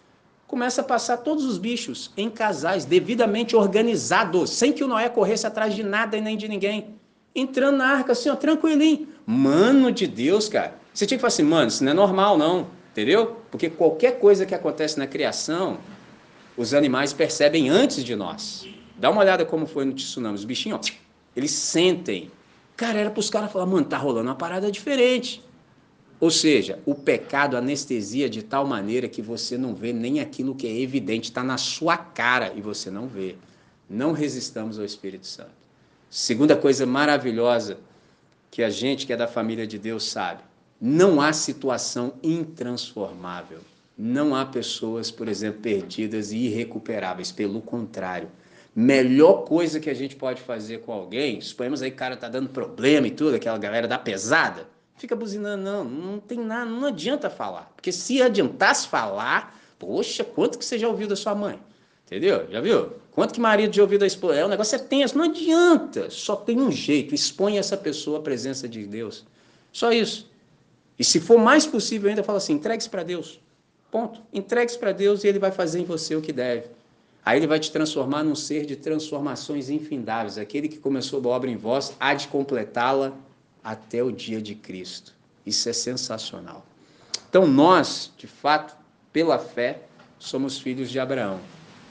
começa a passar todos os bichos em casais, devidamente organizados, sem que o Noé corresse atrás de nada e nem de ninguém. Entrando na arca assim, ó, tranquilinho. Mano de Deus, cara. Você tinha que falar assim, mano, isso não é normal não, entendeu? Porque qualquer coisa que acontece na criação, os animais percebem antes de nós. Dá uma olhada como foi no tsunami. Os bichinhos, ó, eles sentem. Cara, era para os caras falar, mano, tá rolando uma parada diferente. Ou seja, o pecado anestesia de tal maneira que você não vê nem aquilo que é evidente, está na sua cara e você não vê. Não resistamos ao Espírito Santo. Segunda coisa maravilhosa que a gente que é da família de Deus sabe, não há situação intransformável. Não há pessoas, por exemplo, perdidas e irrecuperáveis. Pelo contrário, melhor coisa que a gente pode fazer com alguém, suponhamos aí que o cara tá dando problema e tudo, aquela galera da pesada, fica buzinando, não tem nada, não adianta falar. Porque se adiantasse falar, poxa, quanto que você já ouviu da sua mãe? Entendeu? Já viu? Quanto que marido já ouviu da esposa? O negócio é tenso, não adianta. Só tem um jeito, expõe essa pessoa à presença de Deus. Só isso. E se for mais possível ainda, fala assim, entregue-se para Deus. Ponto. Entregue-se para Deus e Ele vai fazer em você o que deve. Aí Ele vai te transformar num ser de transformações infindáveis. Aquele que começou a obra em vós, há de completá-la até o dia de Cristo. Isso é sensacional. Então nós, de fato, pela fé, somos filhos de Abraão.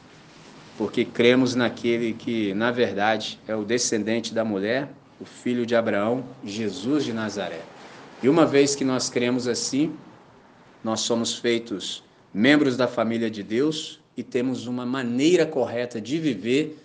Porque cremos naquele que, na verdade, é o descendente da mulher, o filho de Abraão, Jesus de Nazaré. E uma vez que nós cremos assim, nós somos feitos membros da família de Deus e temos uma maneira correta de viver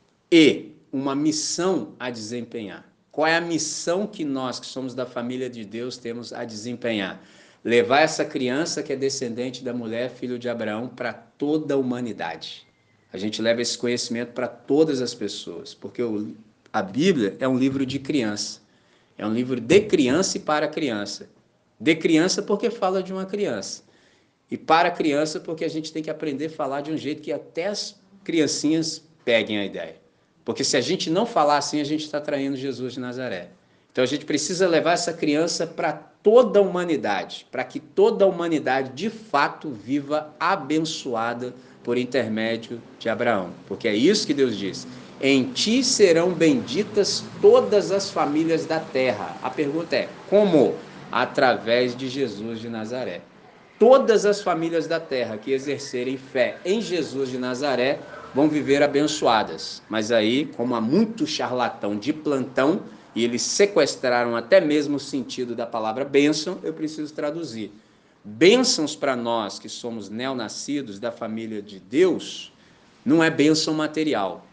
e uma missão a desempenhar. Qual é a missão que nós, que somos da família de Deus, temos a desempenhar? Levar essa criança que é descendente da mulher, filho de Abraão, para toda a humanidade. A gente leva esse conhecimento para todas as pessoas, porque a Bíblia é um livro de criança. É um livro de criança e para criança. De criança porque fala de uma criança. E para criança porque a gente tem que aprender a falar de um jeito que até as criancinhas peguem a ideia. Porque se a gente não falar assim, a gente está traindo Jesus de Nazaré. Então a gente precisa levar essa criança para toda a humanidade, para que toda a humanidade de fato viva abençoada por intermédio de Abraão. Porque é isso que Deus diz. Em ti serão benditas todas as famílias da terra. A pergunta é, como? Através de Jesus de Nazaré. Todas as famílias da terra que exercerem fé em Jesus de Nazaré vão viver abençoadas. Mas aí, como há muito charlatão de plantão, e eles sequestraram até mesmo o sentido da palavra bênção, eu preciso traduzir. Bênçãos para nós que somos neonascidos da família de Deus, não é bênção material,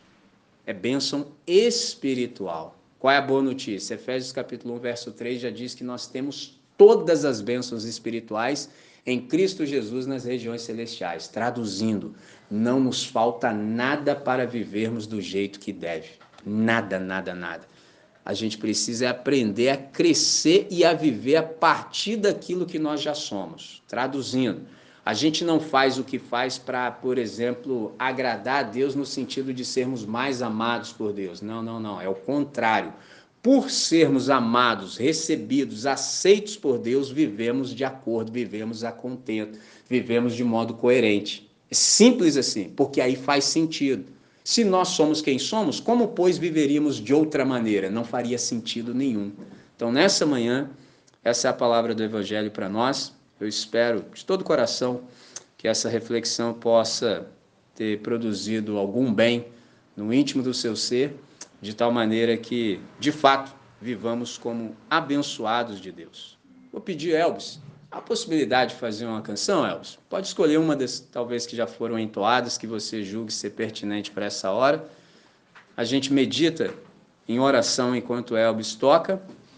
é bênção espiritual. Qual é a boa notícia? Efésios capítulo 1, verso 3 já diz que nós temos todas as bênçãos espirituais em Cristo Jesus nas regiões celestiais. Traduzindo, não nos falta nada para vivermos do jeito que deve. Nada, nada, nada. A gente precisa aprender a crescer e a viver a partir daquilo que nós já somos. Traduzindo, a gente não faz o que faz para, por exemplo, agradar a Deus no sentido de sermos mais amados por Deus. Não, não, não. É o contrário. Por sermos amados, recebidos, aceitos por Deus, vivemos de acordo, vivemos a contento, vivemos de modo coerente. É simples assim, porque aí faz sentido. Se nós somos quem somos, como, pois, viveríamos de outra maneira? Não faria sentido nenhum. Então, nessa manhã, essa é a palavra do Evangelho para nós. Eu espero, de todo o coração, que essa reflexão possa ter produzido algum bem no íntimo do seu ser, de tal maneira que, de fato, vivamos como abençoados de Deus. Vou pedir, Elvis, a possibilidade de fazer uma canção, Elvis? Pode escolher uma das, talvez, que já foram entoadas, que você julgue ser pertinente para essa hora. A gente medita em oração enquanto Elvis toca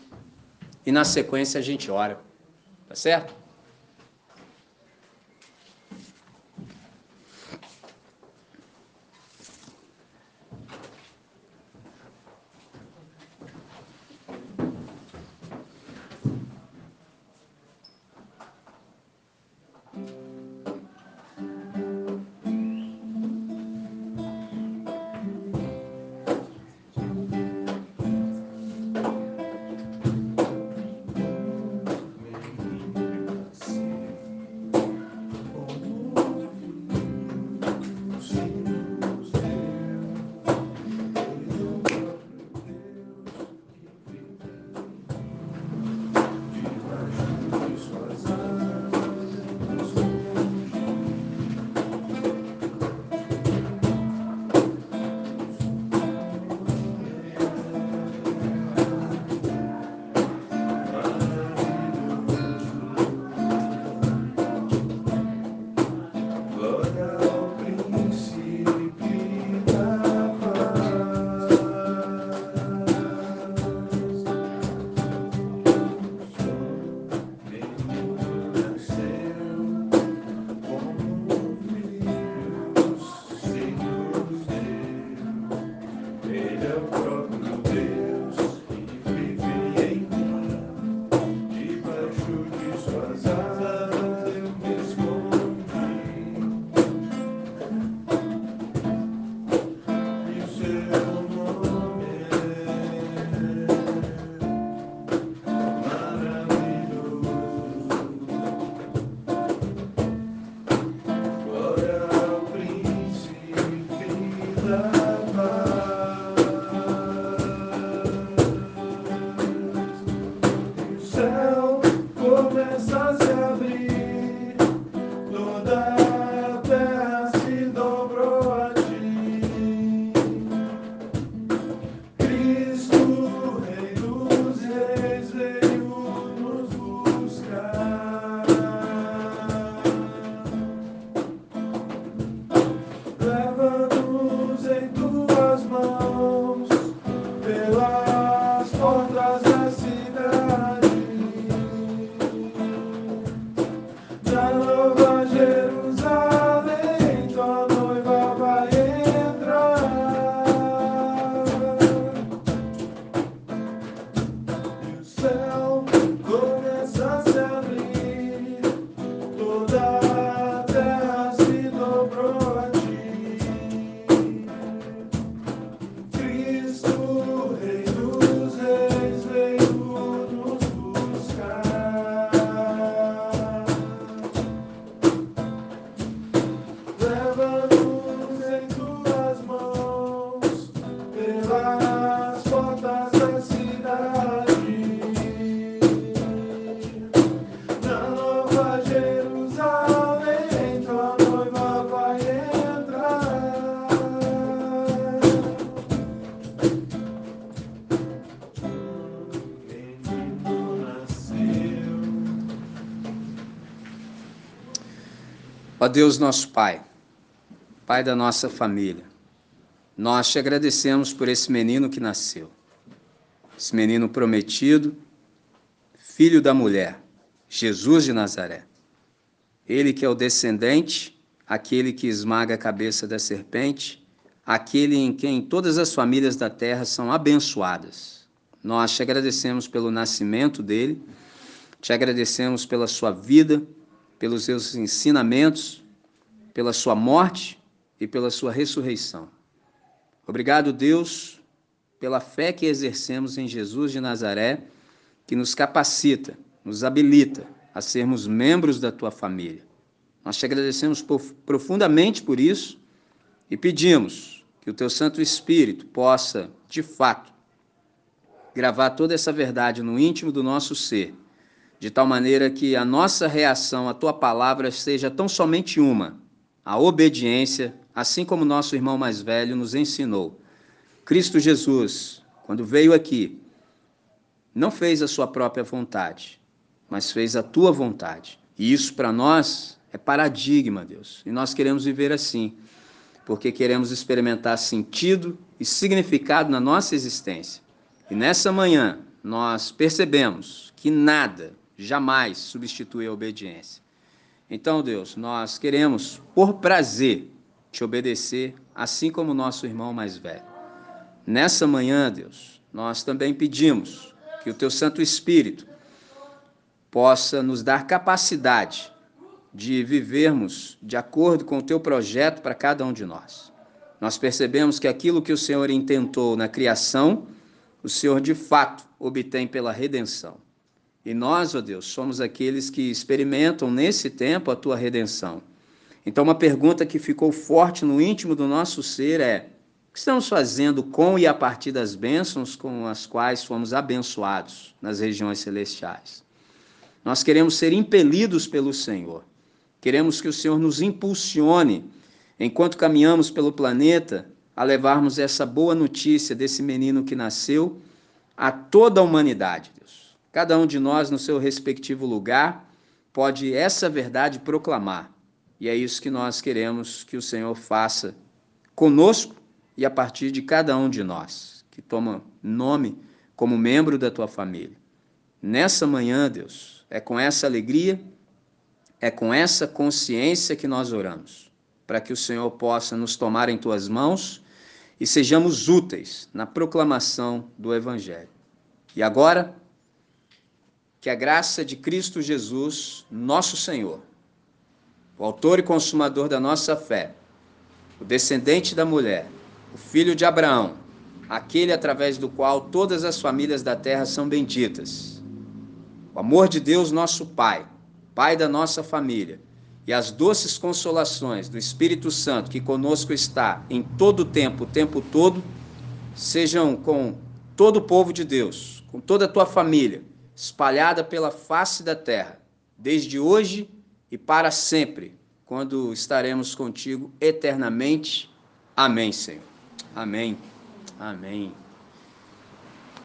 e, na sequência, a gente ora. Tá certo? céu começa a se abrir, toda a terra se dobrou a ti. Cristo, Rei dos Reis, veio nos buscar. Leva-nos em tuas mãos pelas portas da cidade. Na Nova Jerusalém, tua noiva vai entrar. Menino nasceu. Ó Deus nosso Pai, Pai da nossa família, nós te agradecemos por esse menino que nasceu, esse menino prometido, filho da mulher, Jesus de Nazaré. Ele que é o descendente, aquele que esmaga a cabeça da serpente, aquele em quem todas as famílias da terra são abençoadas. Nós te agradecemos pelo nascimento dele, te agradecemos pela sua vida, pelos seus ensinamentos, pela sua morte e pela sua ressurreição. Obrigado, Deus, pela fé que exercemos em Jesus de Nazaré, que nos capacita, nos habilita a sermos membros da tua família. Nós te agradecemos profundamente por isso e pedimos que o teu Santo Espírito possa, de fato, gravar toda essa verdade no íntimo do nosso ser, de tal maneira que a nossa reação à tua palavra seja tão somente uma, a obediência, assim como nosso irmão mais velho nos ensinou. Cristo Jesus, quando veio aqui, não fez a sua própria vontade, mas fez a tua vontade. E isso para nós é paradigma, Deus. E nós queremos viver assim, porque queremos experimentar sentido e significado na nossa existência. E nessa manhã, nós percebemos que nada, jamais substitui a obediência. Então, Deus, nós queremos, por prazer, te obedecer, assim como o nosso irmão mais velho. Nessa manhã, Deus, nós também pedimos que o teu Santo Espírito possa nos dar capacidade de vivermos de acordo com o teu projeto para cada um de nós. Nós percebemos que aquilo que o Senhor intentou na criação, o Senhor de fato obtém pela redenção. E nós, ó Deus, somos aqueles que experimentam nesse tempo a tua redenção. Então, uma pergunta que ficou forte no íntimo do nosso ser é: o que estamos fazendo com e a partir das bênçãos com as quais fomos abençoados nas regiões celestiais? Nós queremos ser impelidos pelo Senhor. Queremos que o Senhor nos impulsione, enquanto caminhamos pelo planeta, a levarmos essa boa notícia desse menino que nasceu a toda a humanidade, Deus. Cada um de nós, no seu respectivo lugar, pode essa verdade proclamar. E é isso que nós queremos que o Senhor faça conosco e a partir de cada um de nós, que toma nome como membro da tua família. Nessa manhã, Deus, é com essa alegria, é com essa consciência que nós oramos, para que o Senhor possa nos tomar em tuas mãos e sejamos úteis na proclamação do Evangelho. E agora, que a graça de Cristo Jesus, nosso Senhor, o autor e consumador da nossa fé, o descendente da mulher, o filho de Abraão, aquele através do qual todas as famílias da terra são benditas, o amor de Deus, nosso Pai, Pai da nossa família, e as doces consolações do Espírito Santo, que conosco está em todo o tempo todo, sejam com todo o povo de Deus, com toda a tua família, espalhada pela face da terra, desde hoje e para sempre, quando estaremos contigo eternamente. Amém, Senhor. Amém. Amém.